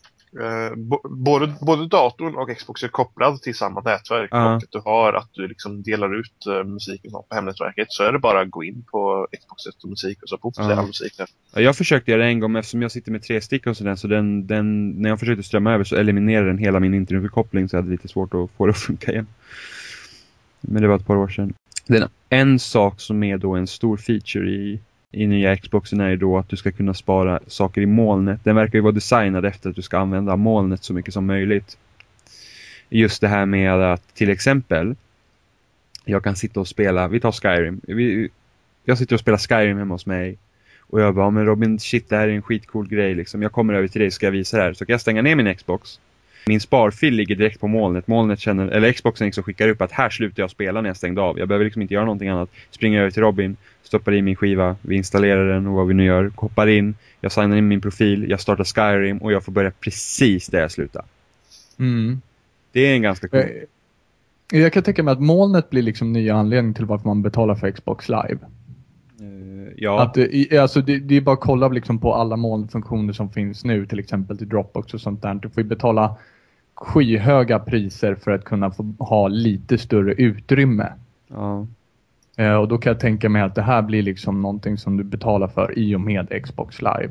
både datorn och Xbox är kopplad till samma nätverk och att du liksom delar ut musiken på hemnätverket, så är det bara att gå in på Xboxet och musik och så på all musik där. Ja, jag försökte göra det en gång, men eftersom jag sitter med 3 stickor så den när jag försökte strömma över så eliminerade den hela min internetuppkoppling, så jag hade lite svårt att få det att funka igen. Men det var ett par år sedan. En sak som är då en stor feature i nya Xboxen är då att du ska kunna spara saker i molnet. Den verkar ju vara designad efter att du ska använda molnet så mycket som möjligt. Just det här med att till exempel jag kan sitta och spela, vi tar Skyrim. Jag sitter och spelar Skyrim hemma hos mig och jag bara, men Robin, shit, det här är en skitcool grej liksom. Jag kommer över till dig, ska jag visa det här. Så kan jag stänga ner min Xbox. Min sparfil ligger direkt på molnet. Xboxen liksom skickar upp att här slutar jag spela när jag stängde av. Jag behöver liksom inte göra någonting annat. Springer över till Robin, stoppar in min skiva, vi installerar den och vad vi nu gör. Hoppar in, jag signar in min profil, jag startar Skyrim och jag får börja precis där jag slutar. Det är en ganska cool. Jag kan tänka mig att molnet blir liksom nya anledning till varför man betalar för Xbox Live. Ja. Att det är bara att kolla liksom på alla molnfunktioner som finns nu, till exempel till Dropbox och sånt där. Du får ju betala skyhöga priser för att kunna få ha lite större utrymme. Ja. Och då kan jag tänka mig att det här blir liksom någonting som du betalar för i och med Xbox Live.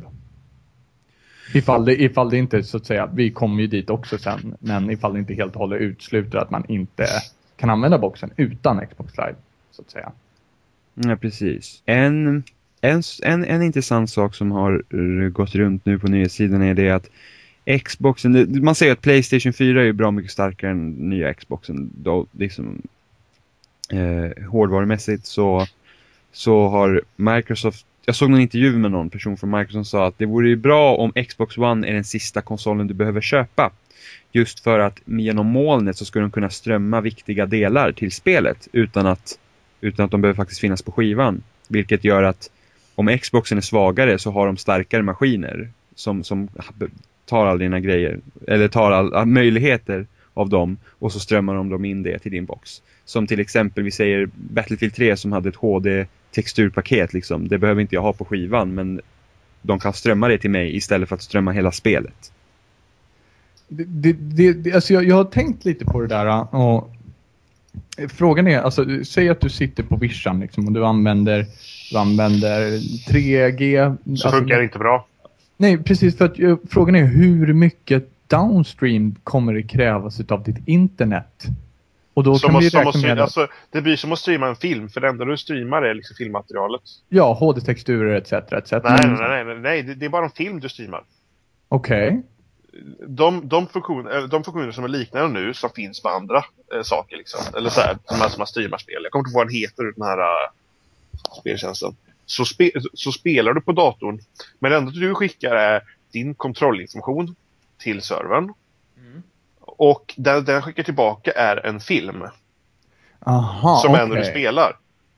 Ifall det inte, så att säga, vi kommer ju dit också sen, men ifall det inte helt håller utsluter att man inte kan använda boxen utan Xbox Live, så att säga. Ja, precis. En intressant sak som har gått runt nu på nyhetssidan är det att Xboxen, man säger att PlayStation 4 är ju bra mycket starkare än nya Xboxen. Då, liksom, hårdvarumässigt så har Microsoft, jag såg någon intervju med någon person från Microsoft som sa att det vore ju bra om Xbox One är den sista konsolen du behöver köpa. Just för att genom molnet så ska de kunna strömma viktiga delar till spelet utan att de behöver faktiskt finnas på skivan. Vilket gör att om Xboxen är svagare så har de starkare maskiner som tar alla dina grejer, eller tar alla möjligheter av dem, och så strömmar de dem in det till din box. Som till exempel, vi säger Battlefield 3 som hade ett HD-texturpaket liksom. Det behöver inte jag ha på skivan, men de kan strömma det till mig istället för att strömma hela spelet. Alltså jag har tänkt lite på det där, och frågan är, alltså, säg att du sitter på Vision liksom, och du använder 3G. Så funkar det inte bra. Nej, precis, för att frågan är hur mycket downstream kommer det krävas av ditt internet? Och då kan vi räkna med alltså, det blir som att streama en film, för det enda du streamar är liksom filmmaterialet. Ja, HD-texturer etc. Nej, det är bara en film du streamar. Okej. De funktioner som är liknande nu som finns på andra saker liksom, eller så här, som man streamar spel. Jag kommer inte ihåg vad den heter, den här speltjänsten. Så spelar du på datorn, men det enda du skickar är din kontrollinformation till servern. Och den skickar tillbaka är en film. Aha, som är när du spelar.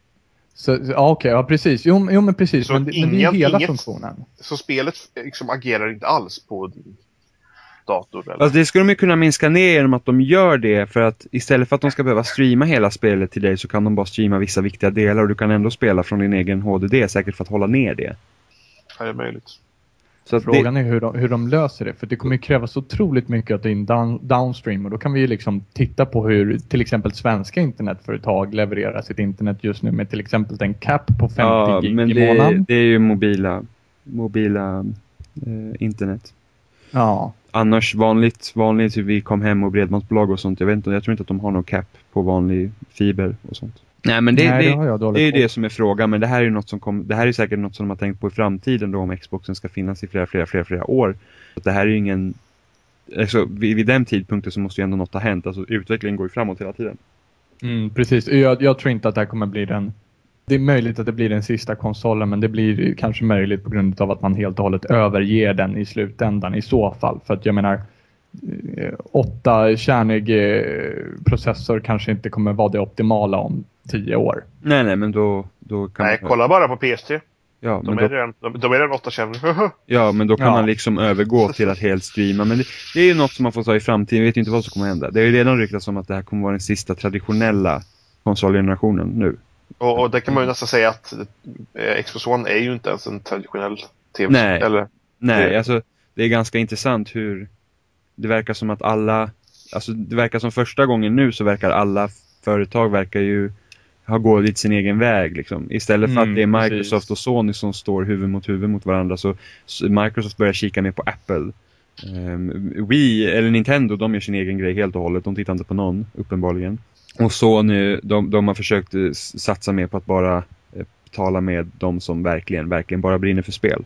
Okej, ja precis. Jo men precis, så men det är hela funktionen. Så spelet liksom agerar inte alls på din dator. Eller? Alltså det skulle de ju kunna minska ner genom att de gör det, för att istället för att de ska behöva streama hela spelet till dig så kan de bara streama vissa viktiga delar, och du kan ändå spela från din egen HDD, säkert för att hålla ner det. Ja, det är möjligt. Så frågan är hur de löser det, för det kommer ju krävas otroligt mycket att det är en downstream, och då kan vi ju liksom titta på hur till exempel svenska internetföretag levererar sitt internet just nu med till exempel en cap på 50 gig men i månaden. Det är ju mobila internet. Ja. Annars vanligt hur vi kom hem och bredbandsbolag och sånt, jag tror inte att de har någon cap på vanlig fiber och sånt. Nej, men det är ju det som är frågan, men det här är ju något det här är säkert något som de har tänkt på i framtiden då, om Xboxen ska finnas i flera år. Så det här är ju ingen, alltså vid den tidpunkten så måste ju ändå något ha hänt, alltså utvecklingen går ju framåt hela tiden. Precis, jag tror inte att det här kommer bli det är möjligt att det blir den sista konsolen, men det blir kanske möjligt på grund av att man helt och hållet överger den i slutändan i så fall. För att jag menar, 8-kärnig processor kanske inte kommer vara det optimala om 10 år. Nej, men då kan kolla bara på PS3. Ja, de är redan 8 känner. Ja, men då kan man liksom övergå till att helt streama. Men det är ju något som man får ta i framtiden. Jag vet ju inte vad som kommer hända. Det är ju redan ryktats om att det här kommer vara den sista traditionella konsolgenerationen nu. Och det kan man ju nästan säga att Xbox One är ju inte ens en traditionell TV. Nej, eller? Nej, alltså det är ganska intressant hur det verkar som att alla, alltså det verkar som första gången nu så verkar alla företag verkar ju ha gått lite sin egen väg liksom. Istället för att det är Microsoft precis. Och Sony som står huvud mot varandra så Microsoft börjar kika mer på Apple. Wii eller Nintendo, de gör sin egen grej helt och hållet. De tittar inte på någon, uppenbarligen. Och Sony, de har försökt satsa mer på att bara tala med de som verkligen bara brinner för spel.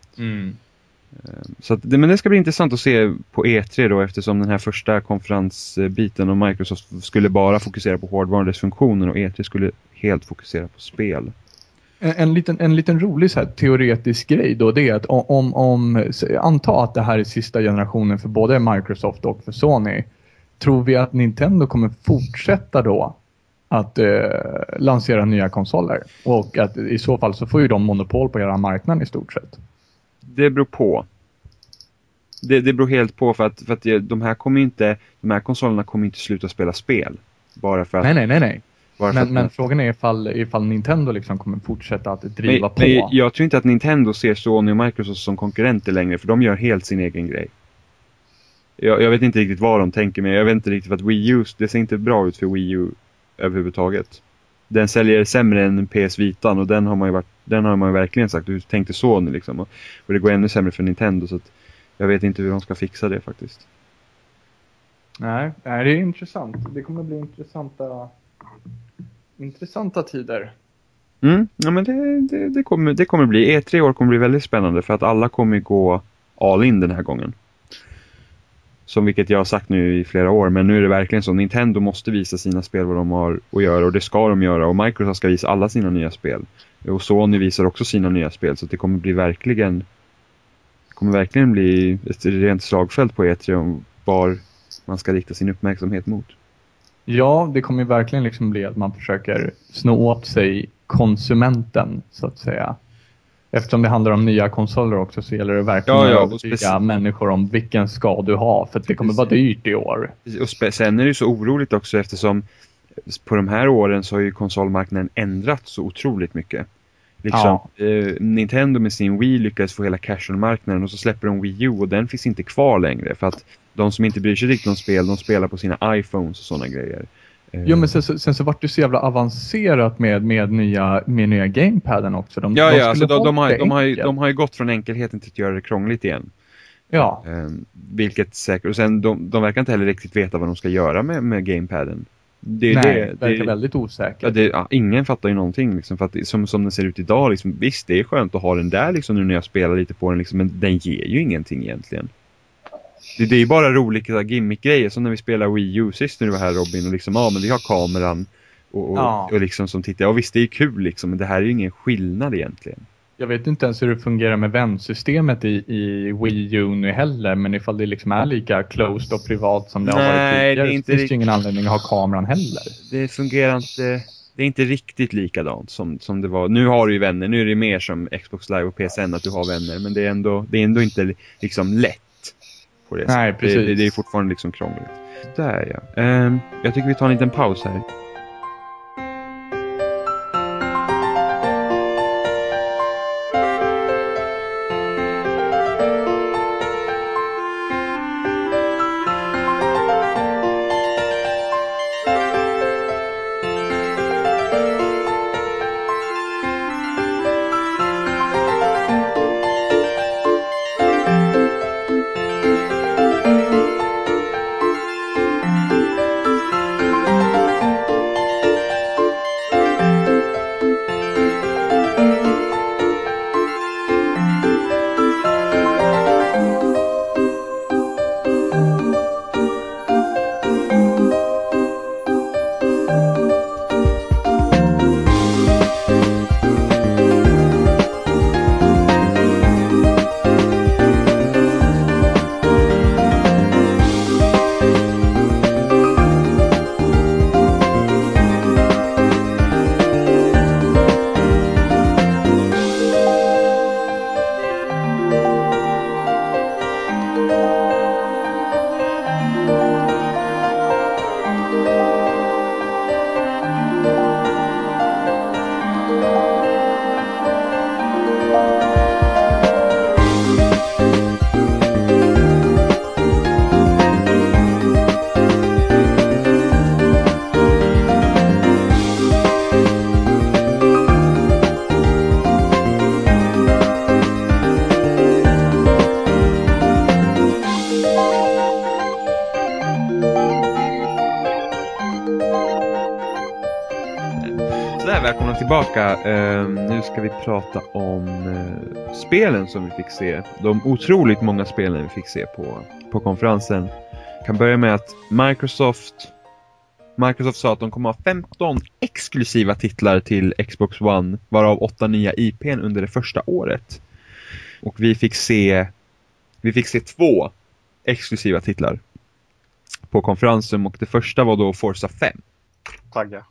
Så att, men det ska bli intressant att se på E3 då, eftersom den här första konferensbiten om Microsoft skulle bara fokusera på hårdvaran, dess funktioner, och E3 skulle helt fokusera på spel. En liten rolig så här teoretisk grej då, det är att anta att det här är sista generationen för både Microsoft och för Sony. Tror vi att Nintendo kommer fortsätta då att lansera nya konsoler? Och att i så fall så får ju de monopol på hela marknaden i stort sett. Det beror på. Det beror helt på för att de här konsolerna kommer inte sluta spela spel. Bara för att... Nej. Men frågan är ifall Nintendo liksom kommer fortsätta att driva på. Men jag tror inte att Nintendo ser Sony och Microsoft som konkurrenter längre, för de gör helt sin egen grej. Jag vet inte riktigt vad de tänker, men jag vet inte riktigt för att Wii U, det ser inte bra ut för Wii U överhuvudtaget. Den säljer sämre än PS Vitan, och den har man ju verkligen sagt, du tänkte Sony liksom, och det går ännu sämre för Nintendo, så att jag vet inte hur de ska fixa det faktiskt. Nej, det är intressant. Det kommer bli intressanta tider. Ja, men det kommer bli E3 år kommer bli väldigt spännande, för att alla kommer gå all in den här gången. Som vilket jag har sagt nu i flera år, men nu är det verkligen så. Nintendo måste visa sina spel vad de har att göra, och det ska de göra, och Microsoft ska visa alla sina nya spel. Och Sony visar också sina nya spel, så det kommer verkligen bli ett rent slagfält på E3 om var man ska rikta sin uppmärksamhet mot. Ja, det kommer verkligen liksom bli att man försöker snå åt sig konsumenten, så att säga. Eftersom det handlar om nya konsoler också, så gäller det verkligen att övertyga människor om vilken ska du ha. För att det kommer vara dyrt i år. Och sen är det ju så oroligt också, eftersom på de här åren så har ju konsolmarknaden ändrats så otroligt mycket. Liksom, Nintendo med sin Wii lyckades få hela casual-marknaden, och så släpper de Wii U, och den finns inte kvar längre. För att de som inte bryr sig riktigt om spel, de spelar på sina iPhones och sådana grejer. Jo, men sen så vart det så jävla avancerat med nya gamepaden också. De har ju gått från enkelheten till att göra det krångligt igen. Ja. Vilket säkert, och sen de verkar inte heller riktigt veta vad de ska göra med gamepaden. Det verkar väldigt osäkert. Ingen fattar ju någonting liksom, för att som den ser ut idag liksom, visst, det är skönt att ha den där liksom, nu när jag spelar lite på den liksom, men den ger ju ingenting egentligen. Det är ju bara roliga gimmick-grejer, som när vi spelar Wii U sist när du var här, Robin, och liksom, men vi har kameran och liksom som tittar, och visst, det är kul liksom, men det här är ju ingen skillnad egentligen. Jag vet inte ens hur det fungerar med vänsystemet i Wii U nu heller, men ifall det liksom är lika closed och privat som det har varit tidigare, det finns ju ingen anledning att ha kameran heller. Det fungerar inte, det är inte riktigt likadant som det var. Nu har du ju vänner, nu är det mer som Xbox Live och PSN att du har vänner, men det är ändå inte liksom lätt. Nej, precis. Det är fortfarande liksom krångligt. Där ja. Jag tycker vi tar en liten paus här. välkomna tillbaka. Nu ska vi prata om spelen som vi fick se. De otroligt många spelen vi fick se på konferensen. Jag kan börja med att Microsoft sa att de kommer ha 15 exklusiva titlar till Xbox One, varav 8 nya IP:n under det första året. Och vi fick se 2 exklusiva titlar på konferensen, och det första var då Forza 5. Tagga.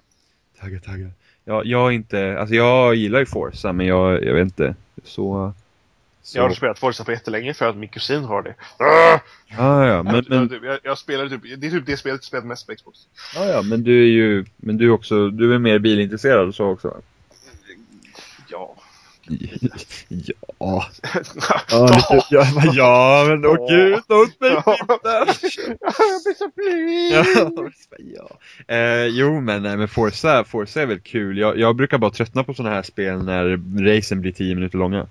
Jag gillar ju Forza, men jag vet inte så. Jag har spelat Forza för jättelänge för att min kusin har det. Men jag spelar det är typ det spelet jag spelar mest på Xbox. Men du är mer bilintresserad så också. Ja. Ja. Men gud, låt mig titta. Jag blir så blyg. Jo, men Forza är väl kul. Jag brukar bara tröttna på såna här spel när racen blir 10 minuter långa.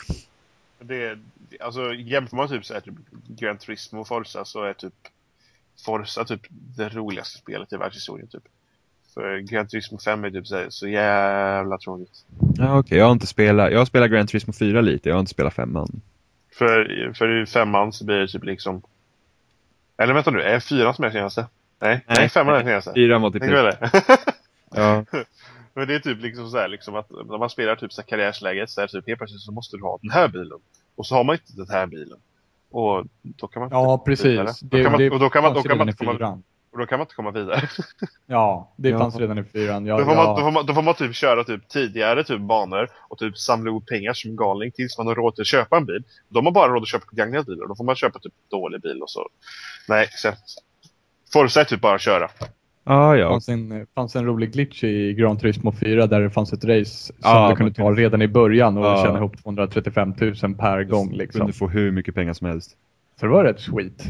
Alltså jämför man typ så här, typ Gran Turismo och Forza, så är typ Forza typ det roligaste spelet i världshistorien typ. För Gran Turismo 5 är typ så jävla tråkigt. Ja, okej, jag har spelat Gran Turismo 4 lite, jag har inte spelat 5-man. För i 5-man så blir det typ liksom... Eller vänta nu, är 4 som är senaste? Nej, 5-man är senaste. 4 var typ det. Ja. Men det är typ liksom så här, liksom att när man spelar typ så här karriärsläget så är det typ helt plötsligt så måste du ha den här bilen. Och så har man inte den här bilen. Och då kan man inte Ja, precis. Då kan man inte komma vidare. Ja, det fanns redan i 4. Då får man typ köra typ tidigare typ banor och typ samla ihop pengar som galning tills man har råd att köpa en bil. Då har man bara råd att köpa begagnade bilar. Då får man köpa typ dålig bil och så. Nej, så Forza är typ bara att köra. Det fanns en rolig glitch i Gran Turismo 4 där det fanns ett race som du kunde ta redan i början och tjäna ihop 235 000 per gång. Liksom. Du kunde få hur mycket pengar som helst. Så det var rätt sweet.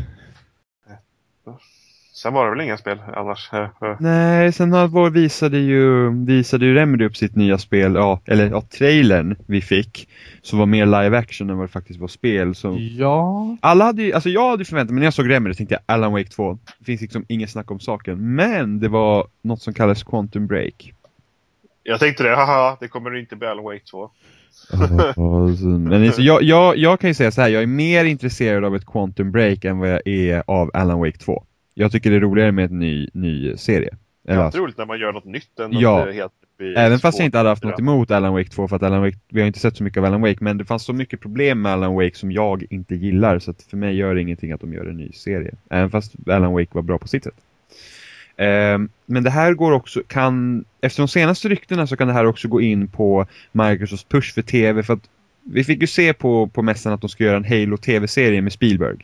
Sen var det väl inga spel annars. Nej, sen visade ju Remedy upp sitt nya spel, trailern vi fick, så var mer live action än vad det faktiskt var spel. Så ja. Jag hade förväntat mig, när jag såg Remedy tänkte jag Alan Wake 2. Det finns liksom ingen snack om saken, men det var något som kallas Quantum Break. Jag tänkte det, det kommer inte bli Alan Wake 2. Men jag kan ju säga så här, jag är mer intresserad av ett Quantum Break än vad jag är av Alan Wake 2. Jag tycker det är roligare med en ny serie. Det är roligt när man gör något nytt än något helt även fast jag inte hade haft något emot Alan Wake 2, för att vi har inte sett så mycket av Alan Wake, men det fanns så mycket problem med Alan Wake som jag inte gillar, så att för mig gör det ingenting att de gör en ny serie. Även fast Alan Wake var bra på sitt sätt. Men det här går också, efter de senaste ryktena så kan det här också gå in på Microsofts push för tv, för att vi fick ju se på mässan att de ska göra en Halo tv-serie med Spielberg.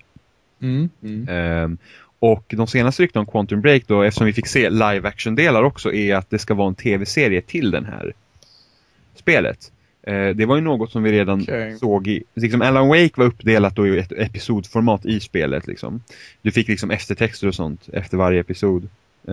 Och de senaste ryktena om Quantum Break då, eftersom vi fick se live-action-delar också, är att det ska vara en tv-serie till den här spelet. Det var ju något som vi redan såg i... Liksom Alan Wake var uppdelat då i ett episodformat i spelet. Liksom. Du fick liksom eftertexter och sånt efter varje episod.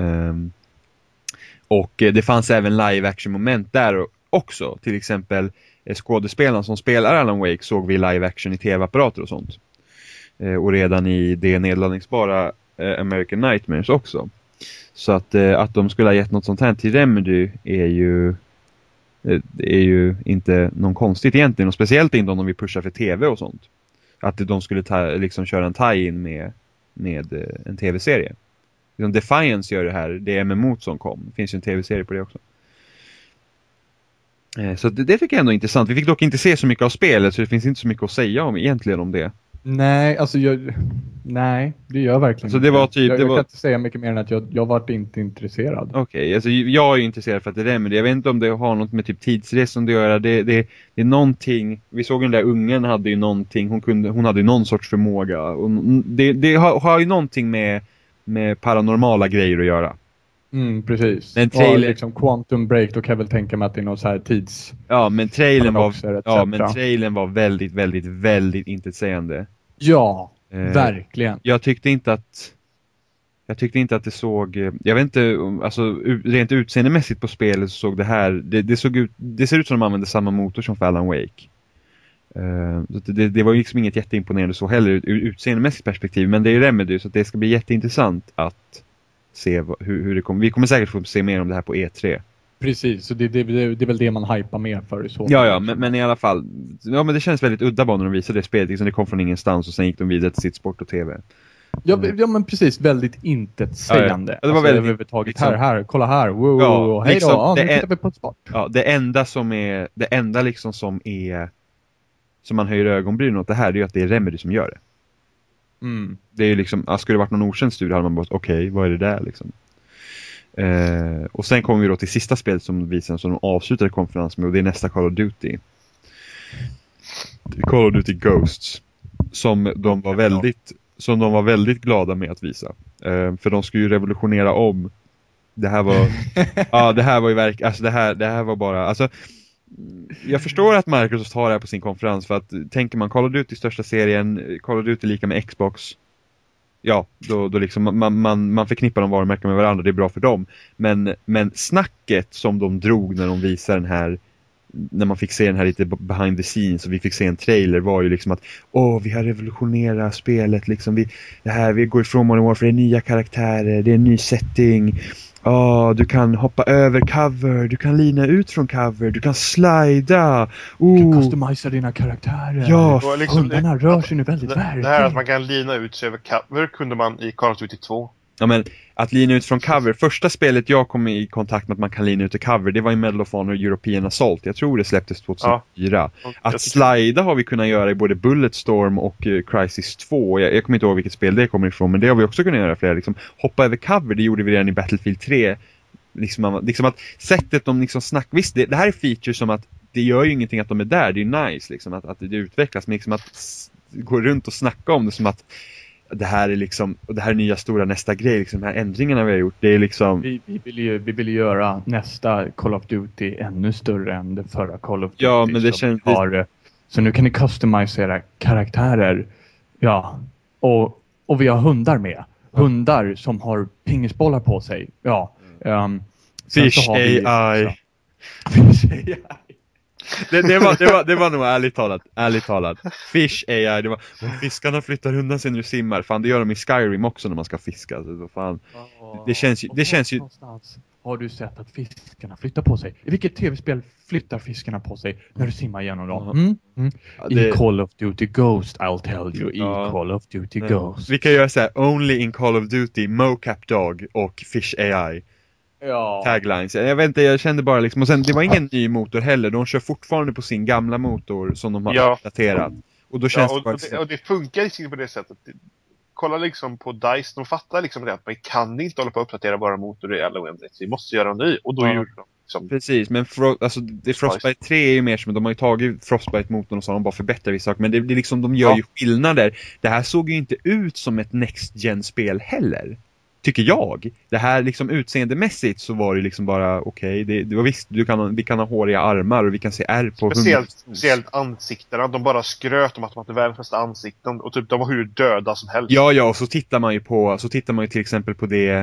Och det fanns även live-action-moment där också. Till exempel skådespelarna som spelar Alan Wake såg vi live-action i tv-apparater och sånt. Och redan i det nedladdningsbara American Nightmares också. Så att de skulle ha gett något sånt här till Remedy är ju inte någon konstigt egentligen, och speciellt inte om de vill pusha för tv och sånt. Att de skulle köra en tie-in med en tv-serie. Liksom Defiance gör det här, det är MMO som kom. Det finns ju en tv-serie på det också. Så det fick jag ändå intressant. Vi fick dock inte se så mycket av spelet, så det finns inte så mycket att säga om egentligen om det. Nej, alltså nej, det gör verkligen så det var typ, jag kan inte säga mycket mer än att jag var inte intresserad. Okej, alltså jag är intresserad för att det är Remedy. Jag vet inte om det har något med typ tidsresan att göra. Det är någonting. Vi såg den där ungen hade ju någonting. Hon hade ju någon sorts förmåga. Och det har ju någonting med paranormala grejer att göra. Precis. Men trailer... liksom Quantum Break, då kan jag väl tänka mig att det är någon så här tids... Ja, men trailern var väldigt, väldigt, väldigt intetsägande. Ja, verkligen. Jag tyckte inte att det såg... Jag vet inte, alltså rent utseendemässigt på spelet så såg det här... Det ser ut som de använde samma motor som för Alan Wake. Det var ju liksom inget jätteimponerande så heller ur utseendemässigt perspektiv, men det är Remedy, så det ska bli jätteintressant att se hur det kommer. Vi kommer säkert få se mer om det här på E3. Precis, så det är väl det man hypar mer för i så fall. Ja, men i alla fall. Ja, men det känns väldigt udda bara när de visade det spelet. Liksom det kom från ingenstans och sen gick de vidare till sitt sport och tv. Ja, men precis. Väldigt intetsägande. Ja, det var väldigt överhuvudtaget. liksom, här, kolla här. Wow, ja, hej liksom, då. Nu tittar vi på ett sport. Ja, det enda liksom som man höjer ögonbryn åt det här, det är ju att det är Remedy som gör det. Mm. Det är ju liksom, skulle det varit någon okänd studie hade man bara okej, vad är det där liksom? Och sen kommer vi då till sista spelet som visade som de avslutade konferensen med, och det är nästa Call of Duty. Call of Duty Ghosts. Som de var väldigt glada med att visa. För de skulle ju revolutionera om. Det här var ja, det här var ju verkligen, alltså det här var bara, alltså jag förstår att Microsoft har det här på sin konferens, för att tänker man Call of Duty största serien, Call of Duty lika med Xbox, ja, då liksom man förknippar de varumärken med varandra, det är bra för dem. Men snacket som de drog när de visade den här, när man fick se den här lite behind the scenes och vi fick se en trailer, var ju liksom att vi har revolutionerat spelet liksom, vi går ifrån Modern Warfare, det är nya karaktärer, det är en ny setting. Du kan hoppa över cover, du kan lina ut från cover, du kan slida. Du kan customisa dina karaktärer. Ja, liksom, hundarna rör sig nu väldigt verkligen. Det här att man kan lina ut sig över cover kunde man i Call of Duty 2. Ja, men att lina ut från cover. Första spelet jag kom i kontakt med att man kan lina ut i cover, det var i Medal of Honor European Assault. Jag tror det släpptes 2004. Ja. Att slida har vi kunnat göra i både Bulletstorm och Crysis 2. Jag kommer inte ihåg vilket spel det kommer ifrån, men det har vi också kunnat göra flera. Liksom, hoppa över cover, det gjorde vi redan i Battlefield 3. Liksom att sättet de liksom visst, det här är features som att det gör ju ingenting att de är där, det är ju nice liksom, att det utvecklas, men liksom att gå runt och snacka om det som att det här är liksom, och det här är nya stora nästa grej liksom, de här ändringarna vi har gjort, det är liksom vi vill göra nästa Call of Duty ännu större än det förra Call of Duty. Ja, men det känns så nu kan ni customisera karaktärer. Ja, och vi har hundar med. Hundar som har pingisbollar på sig. Ja. Fish AI. Fish AI. Det var nog ärligt talat. Fish AI, det var fiskarna flyttar undan sig när du simmar. Fan, det gör de i Skyrim också när man ska fiska. Så fan. Det känns ju. Har du sett att fiskarna flyttar på sig? I vilket tv-spel flyttar fiskarna på sig när du simmar igenom dem? I Call of Duty Ghost, I'll tell you. I Call of Duty Ghost. Vi kan göra så här: only in Call of Duty, mocap dog och Fish AI. Ja. Taglines. Jag vet inte, jag kände bara liksom, och sen det var ingen ny motor heller. De kör fortfarande på sin gamla motor som de har uppdaterat. Och då känns och det funkar liksom på det sättet. Kolla liksom på DICE, de fattar liksom det att man kan inte hålla på att uppdatera våra motorer i alla oändlighet. Vi måste göra en ny, och då gjorde de liksom. Precis, men Frostbite 3 är ju mer som att de har ju tagit Frostbite-motorn och så har de bara förbättrat vissa saker. Men det liksom, de gör ju skillnader. Det här såg ju inte ut som ett Next-Gen-spel heller, tycker jag. Det här liksom utseendemässigt så var det liksom bara okej, det var visst, vi kan ha håriga armar och vi kan se ärr på speciellt ansiktena, de bara skröt om att de hade världens bästa ansikten och typ de var hur döda som helst. Ja, och så tittar man ju till exempel på det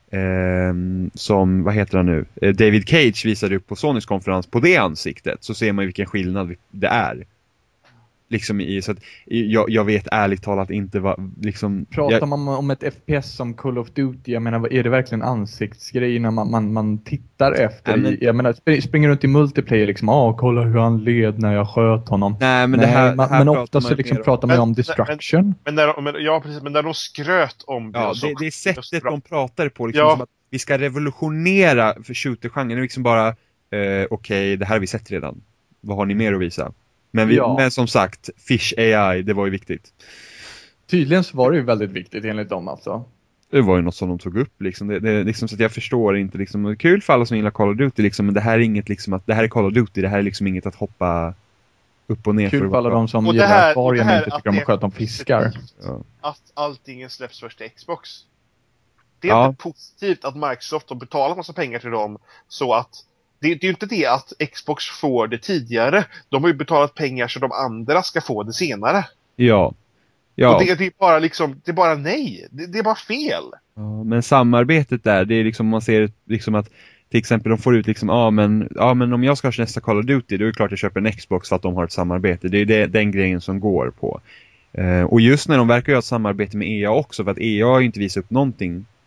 som, vad heter han nu? David Cage visade upp på Sonys konferens, på det ansiktet så ser man ju vilken skillnad det är. Liksom så att jag vet ärligt talat inte vad liksom. Pratar man om ett FPS som Call of Duty, jag menar, är det verkligen ansiktsgrejerna man tittar efter? Jag menar, springer runt i multiplayer liksom, kolla hur han led när jag sköt honom. Nej, men det här men ofta så liksom pratar man om destruction. Men när de skröt om det. Ja, det är sättet de pratar på liksom, som att vi ska revolutionera för shooter-genren, liksom bara okej, det här har vi sett redan. Vad har ni mer att visa? Men som sagt, Fish AI, det var ju viktigt. Tydligen så var det ju väldigt viktigt enligt dem alltså. Det var ju något som de tog upp liksom. Det liksom, så att jag förstår inte liksom. Kul för alla som gillar Call of Duty liksom, men det här är inget liksom att det här är Call of Duty, det här är liksom inget att hoppa upp och ner. Kul för alla de som gillar akvarien och inte tycker om att sköta om fiskar. Att allting släpps först till Xbox. Det är inte positivt att Microsoft har betalat massa pengar till dem så att det är ju inte det att Xbox får det tidigare. De har ju betalat pengar så de andra ska få det senare. Ja. Och det är bara liksom, det är bara nej. Det är bara fel. Ja, men samarbetet där, det är liksom, man ser liksom att till exempel de får ut liksom, men om jag ska ha nästa Call of Duty, då är det klart jag köper en Xbox för att de har ett samarbete. Det är den grejen som går på. Och just när de verkar ha ett samarbete med EA också, för att EA har ju inte visat upp någonting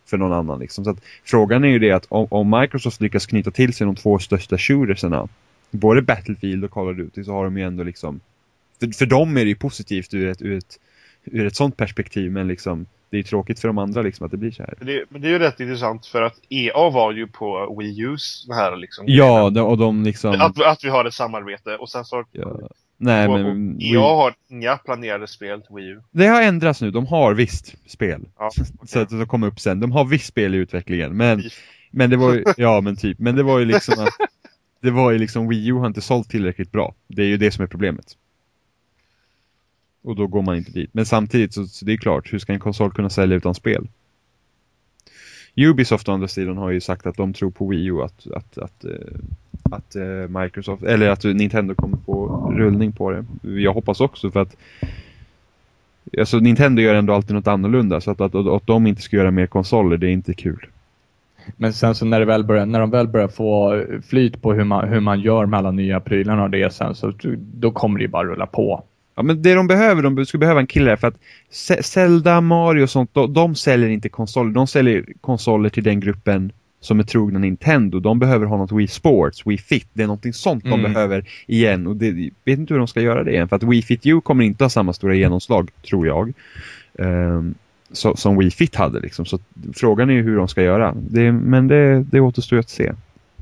för någon annan liksom. Så att frågan är ju det att om Microsoft lyckas knyta till sig de 2 största shootersarna, både Battlefield och Call of Duty, så har de ju ändå liksom, för dem är det ju positivt ur ett sånt perspektiv, men liksom det är tråkigt för de andra liksom att det blir så här. Men det är ju rätt intressant för att EA var ju på Wii U's här liksom. Ja, och de liksom att vi har ett samarbete och sen så nej, men EA har inga planerade spel till Wii U. Det har ändrats nu, de har visst spel. Ja, okay. Så att det kommer upp sen. De har visst spel i utvecklingen, men det var ju, ja men typ, men det var ju liksom att det var ju liksom Wii U har inte sålt tillräckligt bra. Det är ju det som är problemet. Och då går man inte dit. Men samtidigt så det är klart, hur ska en konsol kunna sälja utan spel? Ubisoft å andra sidan har ju sagt att de tror på Wii U att Microsoft, eller att Nintendo kommer få rullning på det. Jag hoppas också, för att alltså Nintendo gör ändå alltid något annorlunda, så att de inte ska göra mer konsoler, det är inte kul. Men sen så när de väl börjar få flyt på hur man gör med alla nya prylarna och det sen, så då kommer det ju bara rulla på. Ja, men det de skulle behöva en kille, för att Zelda, Mario och sånt, de säljer inte konsoler. De säljer konsoler till den gruppen som är trogna Nintendo. De behöver ha något Wii Sports, Wii Fit. Det är någonting sånt de behöver igen. Och vet inte hur de ska göra det igen. För att Wii Fit U kommer inte ha samma stora genomslag, tror jag. Som Wii Fit hade liksom. Så frågan är ju hur de ska göra. Men det återstår att se.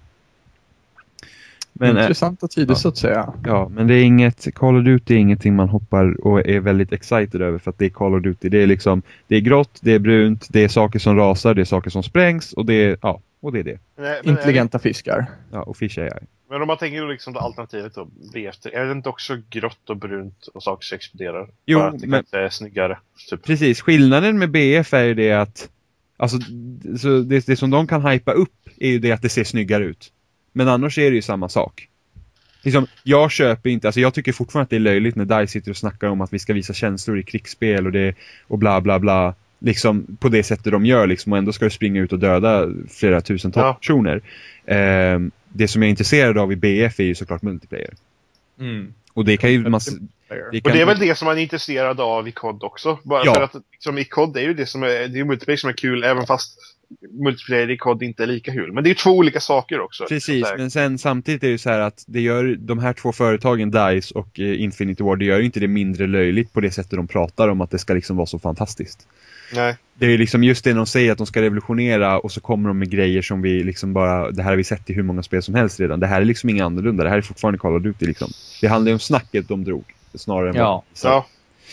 Men, intressanta tider så att säga. Ja, men det är inget, Call of Duty är ingenting man hoppar och är väldigt excited över, för att det är Call of Duty. Det är liksom, det är grått, det är brunt, det är saker som rasar, det är saker som sprängs, och det är, ja, och det är det. Intelligenta fiskar. Ja, och fish AI. Men om man tänker liksom det alternativet då, BF3, är det inte också grått och brunt och saker som exploderar? Jo, bara att det kanske är snyggare. Typ. Precis, skillnaden med BF är ju det att, alltså, så det som de kan hypa upp är ju det att det ser snyggare ut. Men annars är det ju samma sak. Liksom, jag köper inte, alltså jag tycker fortfarande att det är löjligt när DICE sitter och snackar om att vi ska visa känslor i krigsspel och bla bla bla, liksom på det sättet de gör liksom, och ändå ska du springa ut och döda flera tusentals personer. Det som jag är intresserad av i BF är ju såklart multiplayer. Och det kan ju och det är väl det som man är intresserad av i COD också. Bara för att liksom, i COD är ju det är multiplayer som är kul, även fast multiplayer i COD inte är lika kul. Men det är 2 olika saker också. Precis, men sen samtidigt är det ju så här att det gör de här 2 företagen, DICE och Infinity Ward, det gör ju inte det mindre löjligt på det sättet de pratar om att det ska liksom vara så fantastiskt. Nej. Det är liksom just det de säger, att de ska revolutionera, och så kommer de med grejer som vi liksom bara, det här har vi sett i hur många spel som helst redan. Det här är liksom inga annorlunda, det här är fortfarande Call of Duty liksom. Det handlar ju om snacket de drog snarare än ja.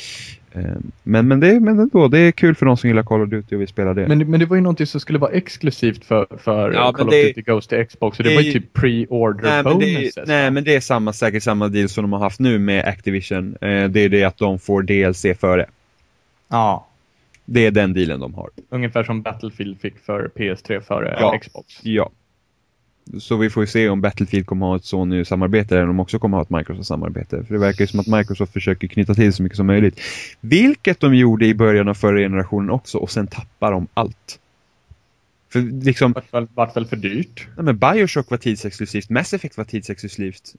Men ändå, det är kul för de som gillar Call of Duty och vill spela det. Men det var ju någonting som skulle vara exklusivt för Call of Duty Goes till Xbox, så det var ju typ pre-order bonuses. Nej, men det är säkert samma deal som de har haft nu med Activision. Det är det att de får DLC före. Ja. Det är den dealen de har. Ungefär som Battlefield fick för PS3 före Xbox. Ja. Så vi får ju se om Battlefield kommer ha ett Sony-samarbete, eller om de också kommer ha ett Microsoft-samarbete. För det verkar ju som att Microsoft försöker knyta till så mycket som möjligt. Vilket de gjorde i början av förra generationen också, och sen tappar de allt. För liksom... Vart väl för dyrt? Nej, men Bioshock var tidsexklusivt, Mass Effect var tidsexklusivt.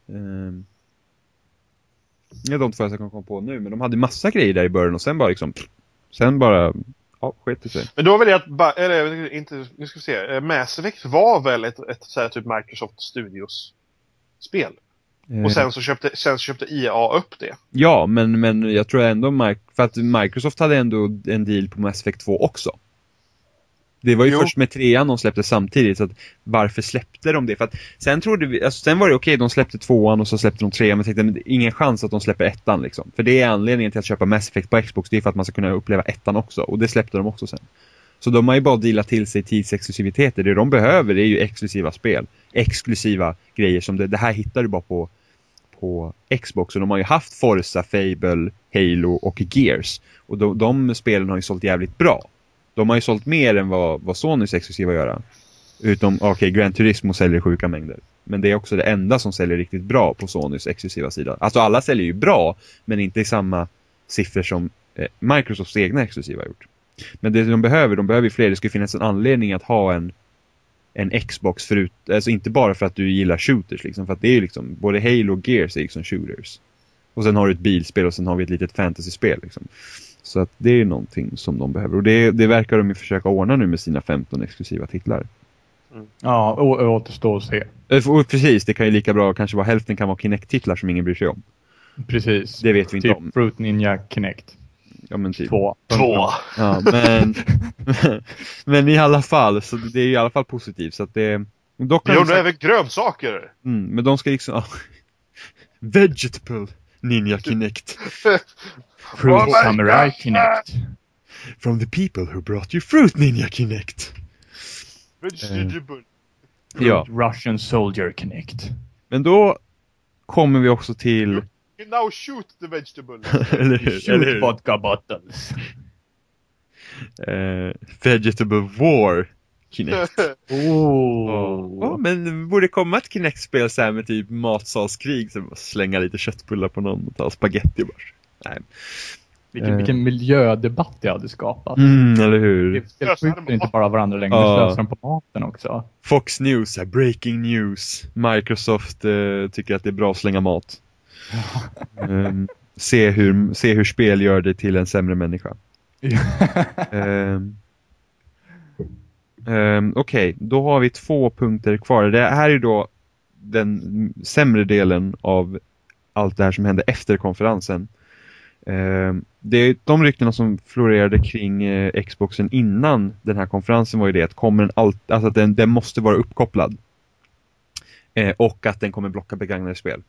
Det är de 2 jag kan komma på nu, men de hade massa grejer där i början, och sen bara liksom... Ja, skit i sig. Men då var det att, eller inte, nu ska vi se, Mass Effect var väl ett så här typ Microsoft Studios spel. Och sen så köpte EA upp det. Ja, men jag tror ändå för att Microsoft hade ändå en deal på Mass Effect 2 också. Det var ju först med 3an de släppte samtidigt, så att varför släppte de det? För att sen trodde vi, alltså sen var det okej, de släppte 2an och så släppte de 3an, men tänkte, men ingen chans att de släpper 1an liksom. För det är anledningen till att köpa Mass Effect på Xbox, det är för att man ska kunna uppleva 1an också, och det släppte de också sen. Så de har ju bara dealat till sig tidsexklusiviteter. Det de behöver är ju exklusiva spel, exklusiva grejer som det här hittar du bara på Xbox. Och de har ju haft Forza, Fable, Halo och Gears, och de spelen har ju sålt jävligt bra. De har ju sålt mer än vad Sonys exklusiva gör. Utom, Gran Turismo säljer sjuka mängder. Men det är också det enda som säljer riktigt bra på Sonys exklusiva sida. Alltså alla säljer ju bra, men inte i samma siffror som Microsofts egna exklusiva har gjort. Men det de behöver ju fler. Det ska finnas en anledning att ha en Xbox förut. Alltså inte bara för att du gillar shooters liksom. För att det är ju liksom, både Halo och Gears är liksom shooters. Och sen har du ett bilspel och sen har vi ett litet fantasyspel liksom. Så att det är någonting som de behöver. Och det verkar de ju försöka ordna nu med sina 15 exklusiva titlar. Ja, och återstår att se. Och precis, det kan ju lika bra kanske vara hälften kan vara Kinect-titlar som ingen bryr sig om. Precis. Det vet vi inte typ om. Fruit Ninja Kinect. Ja, men typ. 2. Ja, men i alla fall, så det är i alla fall positivt. Så att det... Dock vi gjorde även grönsaker. Men de ska liksom... Vegetable Ninja Kinect. Fruit Samurai Kinect. From the people who brought you Fruit Ninja Kinect. Vegetable. Ja. Russian Soldier Kinect. Men då kommer vi också till... You now shoot the vegetable. eller hur? Shoot vodka bottles. Vegetable War Kinect. Oh. Ja, men borde komma ett Kinect-spel så här med typ matsalskrig, så slänga lite köttbullar på någon och ta spaghetti bara. Nej. Vilken miljödebatt jag hade skapat. Eller hur? Det skjuter inte bara varandra längre, slösar de på maten också. Fox News, breaking news. Microsoft tycker att det är bra att slänga mat. Se hur spel gör det till en sämre människa. Okej, då har vi 2 punkter kvar. Det här är då den sämre delen av allt det här som hände efter konferensen. Det är de ryktena som florerade kring Xboxen innan den här konferensen var ju det att alltså att den måste vara uppkopplad. Och att den kommer blocka begagnade spel.